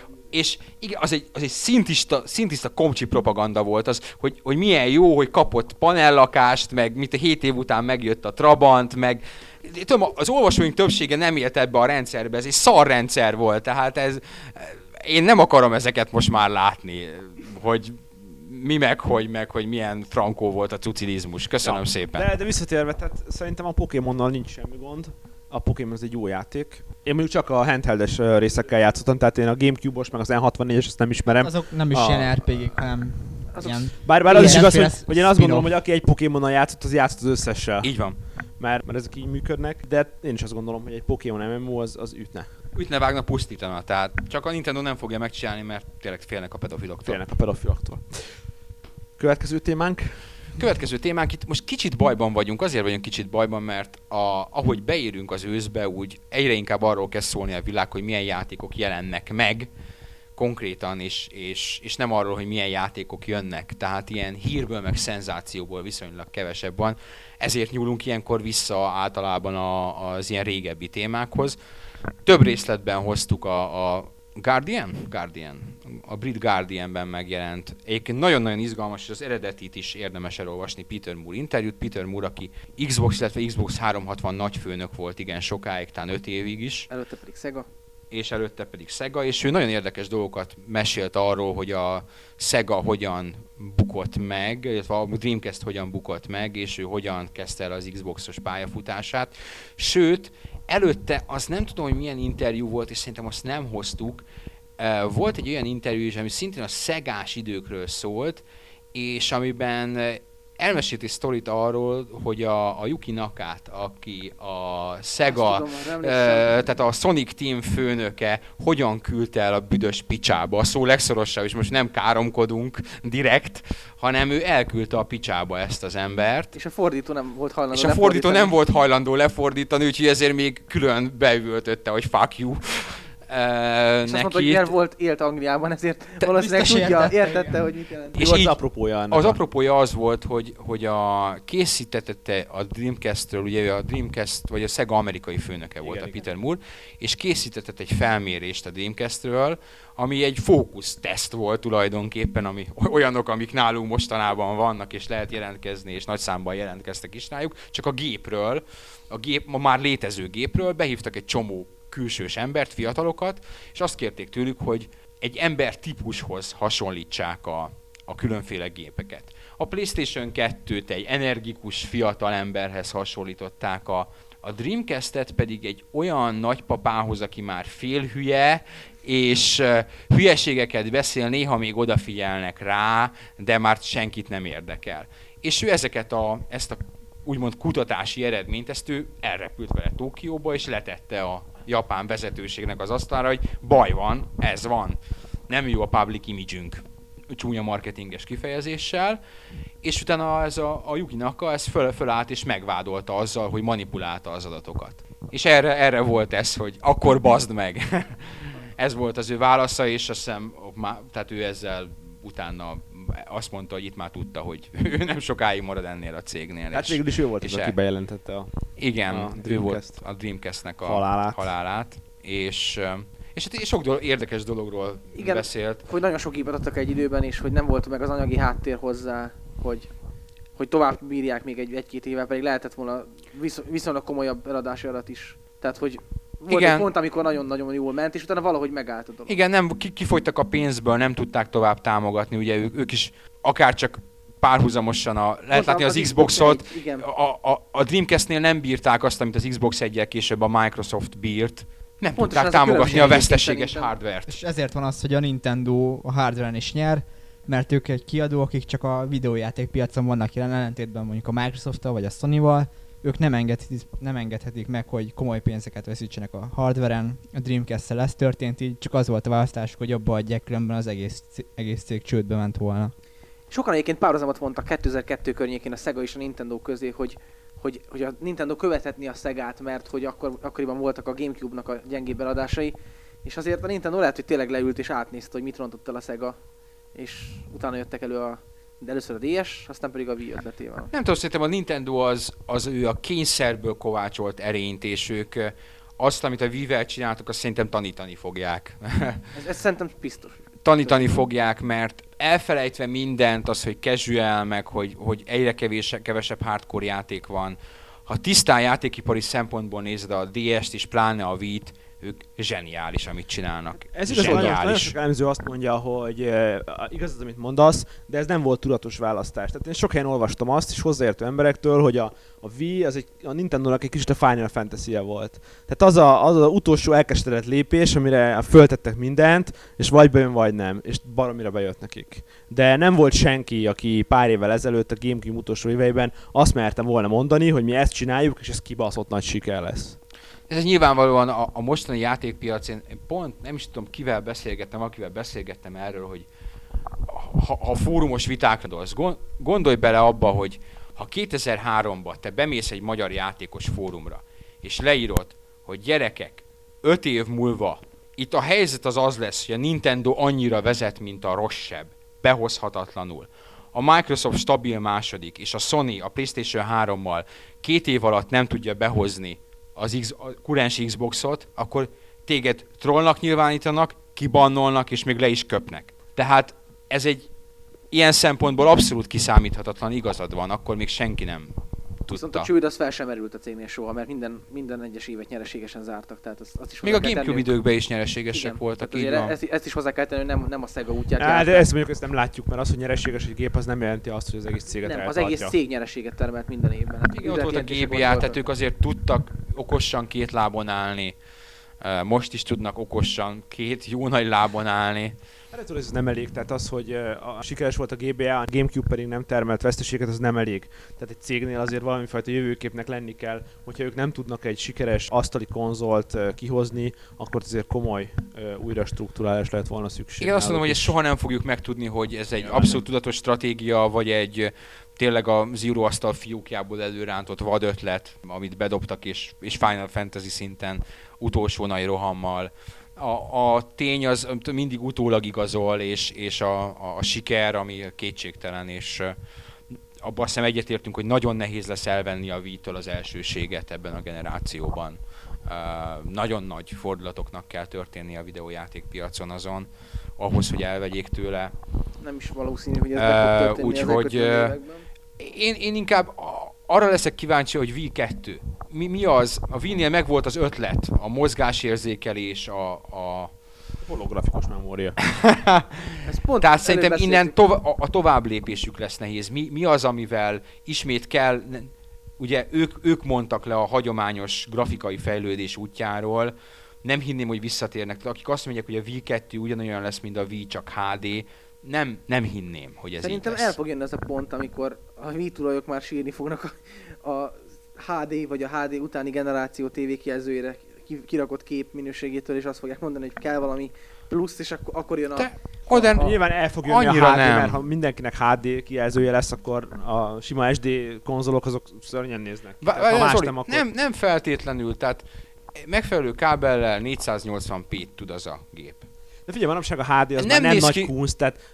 az egy szintiszta komcsi propaganda volt az, hogy milyen jó, hogy kapott panellakást, meg mint a 7 év után megjött a Trabant, meg tudom, az olvasóink többsége nem élt ebbe a rendszerbe, ez egy szar rendszer volt, tehát én nem akarom ezeket most már látni, hogy mi hogy milyen frankó volt a cucilizmus. Köszönöm szépen. De visszatérve, tehát szerintem a Pokémonnal nincs semmi gond. A Pokémon az egy jó játék. Én mondjuk csak a handheldes részekkel játszottam, tehát én a Gamecube-os meg az N64-es ezt nem ismerem. Azok nem is ilyen RPG-k, hanem... Bár az is igaz, hogy én azt gondolom, hogy aki egy Pokémonnal játszott, az játszott az összessel. Így van. Mert ezek így működnek, de én is azt gondolom, hogy egy Pokémon MMO az ütne. Ütne, vágna, pusztítana, tehát csak a Nintendo nem fogja megcsinálni, mert tényleg félnek a pedofiloktól. Következő témánk, itt most kicsit bajban vagyunk, azért vagyunk kicsit bajban, mert ahogy beérünk az őszbe, úgy egyre inkább arról kezd szólni a világ, hogy milyen játékok jelennek meg konkrétan, és nem arról, hogy milyen játékok jönnek. Tehát ilyen hírből, meg szenzációból viszonylag kevesebb van. Ezért nyúlunk ilyenkor vissza általában az ilyen régebbi témákhoz. Több részletben hoztuk a Guardian, a Brit Guardianben megjelent. Egyébként nagyon-nagyon izgalmas, és az eredetit is érdemes elolvasni, Peter Moore interjút. Peter Moore, aki Xbox, illetve Xbox 360 nagyfőnök volt igen sokáig, talán 5 évig is. Előtte pedig Sega, és ő nagyon érdekes dolgokat mesélt arról, hogy a Sega hogyan bukott meg, illetve a Dreamcast hogyan bukott meg, és ő hogyan kezdte el az Xboxos pályafutását. Sőt, előtte azt nem tudom, hogy milyen interjú volt, és szerintem azt nem hoztuk. Volt egy olyan interjú is, ami szintén a szegás időkről szólt, és amiben elmesélt egy sztorit arról, hogy a Yuki Nakát, aki a Sega, tehát a Sonic Team főnöke, hogyan küldte el a büdös picsába. A szó legszorosabb, és most nem káromkodunk direkt, hanem ő elküldte a picsába ezt az embert. És a fordító nem volt hajlandó lefordítani, úgyhogy ezért még külön beüvöltötte, hogy fuck you. És azt mondta, hogy élt Angliában, ezért valószínűleg értette, hogy mit jelent. És az apropója annak. Az apropója az volt, hogy készítette a Dreamcastről, ugye a Dreamcast, vagy a Sega amerikai főnöke volt, a Peter Moore, és készített egy felmérést a Dreamcastről, ami egy fókuszteszt volt tulajdonképpen, ami olyanok, amik nálunk mostanában vannak, és lehet jelentkezni, és nagy számban jelentkeztek is rájuk, csak a gépről, a már létező gépről behívtak egy csomó külsős embert, fiatalokat, és azt kérték tőlük, hogy egy ember típushoz hasonlítsák a különféle gépeket. A PlayStation 2-t egy energikus fiatal emberhez hasonlították, a Dreamcast-et pedig egy olyan nagypapához, aki már félhülye, és hülyeségeket beszél, néha még odafigyelnek rá, de már senkit nem érdekel. És ő ezt a úgymond kutatási eredményt, ezt ő elrepült vele Tokióba, és letette a japán vezetőségnek az asztalra, hogy baj van, ez van. Nem jó a public image-ünk, csúnya marketinges kifejezéssel, és utána ez a Yuki Naka ez fölállt és megvádolta azzal, hogy manipulálta az adatokat. És erre volt ez, hogy akkor bazd meg. Ez volt az ő válasza, és azt hiszem, tehát ő ezzel utána azt mondta, hogy itt már tudta, hogy ő nem sokáig marad ennél a cégnél. Hát végül is ő volt az, aki bejelentette ő volt a Dreamcast-nek a halálát. És sok érdekes dologról beszélt. Hogy nagyon sok hibát adtak egy időben, és hogy nem volt meg az anyagi háttér hozzá, hogy tovább bírják még egy-két évvel, pedig lehetett volna viszonylag komolyabb eladási adat is. Tehát, hogy volt egy pont, amikor nagyon-nagyon jól ment, és utána valahogy megállt a dolog. Igen, nem, kifogytak a pénzből, nem tudták tovább támogatni, ugye ők is akár csak párhuzamosan lehet látni az Xboxot, a Dreamcastnél nem bírták azt, amit az Xbox 1-jel később a Microsoft bírt, nem tudták támogatni a veszteséges hardvert. És ezért van az, hogy a Nintendo a hardveren is nyer, mert ők egy kiadó, akik csak a videójáték piacon vannak jelen, ellentétben mondjuk a Microsoft-tal vagy a Sony-val, ők nem engedhetik meg, hogy komoly pénzeket veszítsenek a hardveren. A Dreamcast-szel ez történt, így csak az volt a választásuk, hogy abba adják, különben az egész cég csődbe ment volna. Sokan egyébként párhuzamot vontak 2002 környékén a Sega és a Nintendo közé, hogy a Nintendo követhetni a Segát, mert hogy akkoriban voltak a Gamecube-nak a gyengébb eladásai, és azért a Nintendo lehet, hogy tényleg leült és átnézte, hogy mit rontott el a Sega, és utána jöttek elő de először a DS, aztán pedig a Wii ötletével. Nem tudom, szerintem a Nintendo az ő a kényszerből kovácsolt erényt, és ők azt, amit a Wii-vel csináltak, azt szerintem tanítani fogják. Ez szerintem biztos. Tanítani fogják, mert elfelejtve mindent, az, hogy casual, meg hogy egyre kevesebb hardcore játék van. Ha tisztán játékipari szempontból nézed a DS-t és pláne a Wii-t, ők zseniális, amit csinálnak. Ez igaz, nagyon sok elemző azt mondja, hogy igaz az, amit mondasz, de ez nem volt tudatos választás. Tehát én sok helyen olvastam azt, és hozzáértő emberektől, hogy a Wii a Nintendo-nak egy kicsit a Final Fantasy-je volt. Tehát az utolsó elkeseredett lépés, amire föltettek mindent, és vagy bejön, vagy nem, és baromira bejött nekik. De nem volt senki, aki pár évvel ezelőtt a GameCube utolsó éveiben azt mertem volna mondani, hogy mi ezt csináljuk, és ez kibaszott nagy siker lesz. Ez nyilvánvalóan a mostani játékpiacén, pont nem is tudom akivel beszélgettem erről, hogy ha fórumos vitákra dolsz, gondolj bele abba, hogy ha 2003-ban te bemész egy magyar játékos fórumra, és leírod, hogy gyerekek, 5 év múlva itt a helyzet az lesz, hogy a Nintendo annyira vezet, mint a rosszabb, behozhatatlanul. A Microsoft stabil második, és a Sony a PlayStation 3-mal 2 év alatt nem tudja behozni a kurens Xboxot, akkor téged trollnak nyilvánítanak, kibannolnak, és még le is köpnek. Tehát ez egy ilyen szempontból abszolút kiszámíthatatlan, igazad van, akkor még senki nem tudta. Viszont a csőd az fel sem merült a cégnél soha, mert minden egyes évet nyereségesen zártak. Tehát azt is még a GameCube időkben is nyereségesek voltak. Így van. Ezt is hozzá kell tenni, hogy nem a Sega útját járták. De ezt mondjuk nem látjuk, mert az, hogy nyereséges egy gép, az nem jelenti azt, hogy az egész céget eltartja. Az egész cég nyereséget termelt minden évben. Hát igen, ott volt a GBA, tehát ők azért tudtak okosan 2 lábon állni. Most is tudnak okosan 2 jó nagy lábon állni. Hát ez nem elég, tehát az, hogy sikeres volt a GBA, a GameCube pedig nem termelt veszteséget, az nem elég. Tehát egy cégnél azért valamifajta jövőképnek lenni kell, hogyha ők nem tudnak egy sikeres asztali konzolt kihozni, akkor azért komoly újra struktúrálás lehet volna szükség. Igen, azt mondom, hogy ezt soha nem fogjuk megtudni, hogy ez egy abszolút tudatos stratégia, vagy egy tényleg a Zero asztal fiókjából előrántott vadötlet, amit bedobtak, és Final Fantasy szinten utolsó nagy rohammal. A tény az mindig utólag igazol, és a siker, ami kétségtelen, és abban azt hiszem egyetértünk, hogy nagyon nehéz lesz elvenni a Wii-től az elsőséget ebben a generációban. Nagyon nagy fordulatoknak kell történni a videójátékpiacon azon, ahhoz, hogy elvegyék tőle. Nem is valószínű, hogy ez be fog történni úgyhogy én inkább arra leszek kíváncsi, hogy Wii 2. Mi az? A Wii-nél megvolt az ötlet, a mozgásérzékelés, a holografikus memória. Tehát szerintem innen a tovább lépésük lesz nehéz. Mi az, amivel ismét kell, ugye ők mondtak le a hagyományos grafikai fejlődés útjáról, nem hinném, hogy visszatérnek. Akik azt mondják, hogy a Wii 2 ugyanolyan lesz, mint a Wii, csak HD, nem hinném, hogy ez szerintem így lesz. El fog jönni ez a pont, amikor a Wii tulajok már sírni fognak a HD vagy a HD utáni generáció tévékijelzőjére kirakott kép minőségétől, és azt fogják mondani, hogy kell valami plusz, és akkor jön nyilván el fog jönni a HD, mert ha mindenkinek HD kijelzője lesz, akkor a sima SD konzolok azok szörnyen néznek. Nem feltétlenül, tehát megfelelő kábellel 480p tud az a gép. De figyelj, manapság a HD az már nem nagy kunst, tehát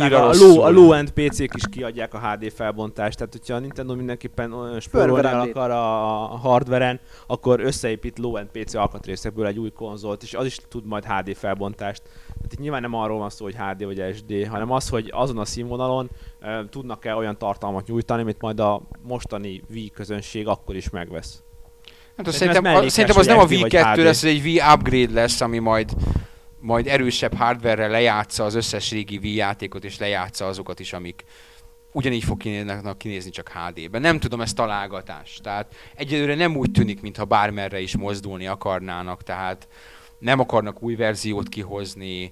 a low-end PC-k is kiadják a HD felbontást, tehát hogyha a Nintendo mindenképpen spórolni akar a hardveren, akkor összeépít low-end PC alkatrészekből egy új konzolt, és az is tud majd HD felbontást. Tehát itt nyilván nem arról van szó, hogy HD vagy SD, hanem az, hogy azon a színvonalon tudnak-e olyan tartalmat nyújtani, amit majd a mostani Wii közönség akkor is megvesz. Hát szerintem az nem a Wii 2 lesz, ez egy Wii upgrade lesz, ami majd erősebb hardware-rel lejátsza az összes régi Wii játékot, és lejátsza azokat is, amik ugyanígy fog kinézni csak HD-ben. Nem tudom, ez találgatás. Tehát egyelőre nem úgy tűnik, mintha bármerre is mozdulni akarnának, tehát nem akarnak új verziót kihozni.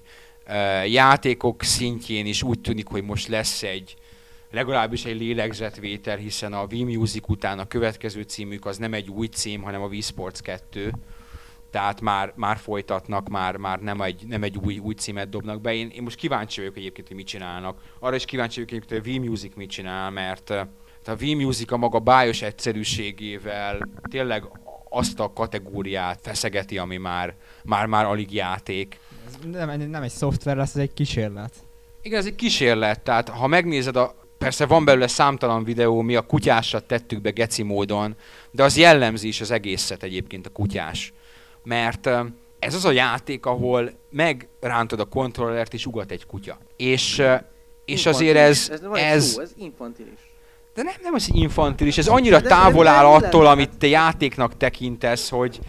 Játékok szintjén is úgy tűnik, hogy most lesz legalábbis egy lélegzetvétel, hiszen a Wii Music után a következő címük az nem egy új cím, hanem a Wii Sports 2. Tehát már folytatnak, már nem egy új címet dobnak be. Én most kíváncsi vagyok egyébként, hogy mit csinálnak. Arra is kíváncsi vagyok egyébként, hogy a Wii Music mit csinál, mert a Wii Music a maga bájos egyszerűségével tényleg azt a kategóriát feszegeti, ami már alig játék. Ez nem egy szoftver lesz, ez egy kísérlet. Igen, ez egy kísérlet, tehát ha megnézed persze van belőle számtalan videó, mi a kutyásat tettük be geci módon, de az jellemzi is az egészet egyébként a kutyás. Mert ez az a játék, ahol megrántod a kontrollert és ugat egy kutya. És azért ez infantilis. De nem az infantilis, ez annyira távol áll attól, amit te játéknak tekintesz, hogy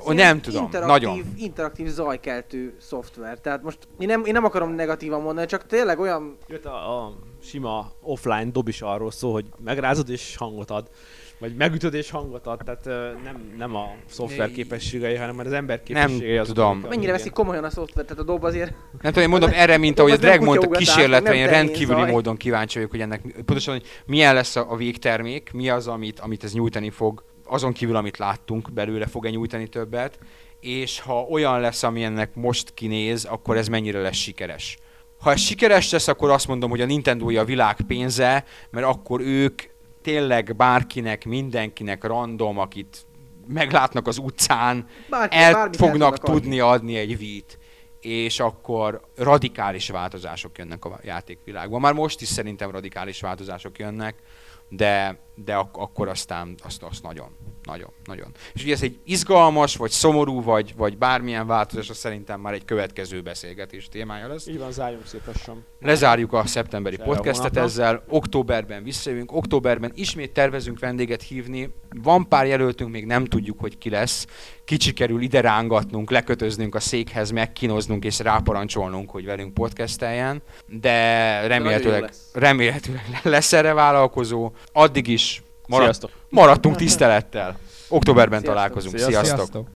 Nem tudom, nagyon. Interaktív zajkeltő szoftver. Tehát most én nem akarom negatívan mondani, csak tényleg olyan... A sima offline dob is arról szól, hogy megrázod és hangot ad. Vagy megütöd és hangot ad, tehát nem a szoftver képességei, hanem az ember képességei. Nem tudom. Mennyire veszik komolyan a szoftver, tehát a dob azért... Nem tudom, én mondom erre, mint ahogy a Drag mondta kísérletre, én rendkívüli módon kíváncsi vagyok, hogy ennek pontosan, hogy milyen lesz a végtermék, mi az, amit ez nyújtani fog, azon kívül, amit láttunk belőle, fog-e nyújtani többet, és ha olyan lesz, ami ennek most kinéz, akkor ez mennyire lesz sikeres. Ha ez sikeres lesz, akkor azt mondom, hogy a Nintendo-ja a világ pénze, mert akkor ők tényleg bárkinek, mindenkinek random, akit meglátnak az utcán, fognak tudni adni egy Wii-t, és akkor radikális változások jönnek a játékvilágban. Már most is szerintem radikális változások jönnek, de akkor aztán azt nagyon. És ugye ez egy izgalmas, vagy szomorú, vagy bármilyen változás, az szerintem már egy következő beszélgetés témája lesz. Így van, zárjunk szépen. Lezárjuk a szeptemberi podcastet ezzel, októberben visszajövünk, októberben ismét tervezünk vendéget hívni, van pár jelöltünk, még nem tudjuk, hogy ki lesz, kicsi kerül ide rángatnunk, lekötöznünk a székhez, megkínoznunk és ráparancsolnunk, hogy velünk podcasteljen, de remélhetőleg lesz erre vállalkozó. Addig is maradtunk tisztelettel. Októberben találkozunk. Sziasztok!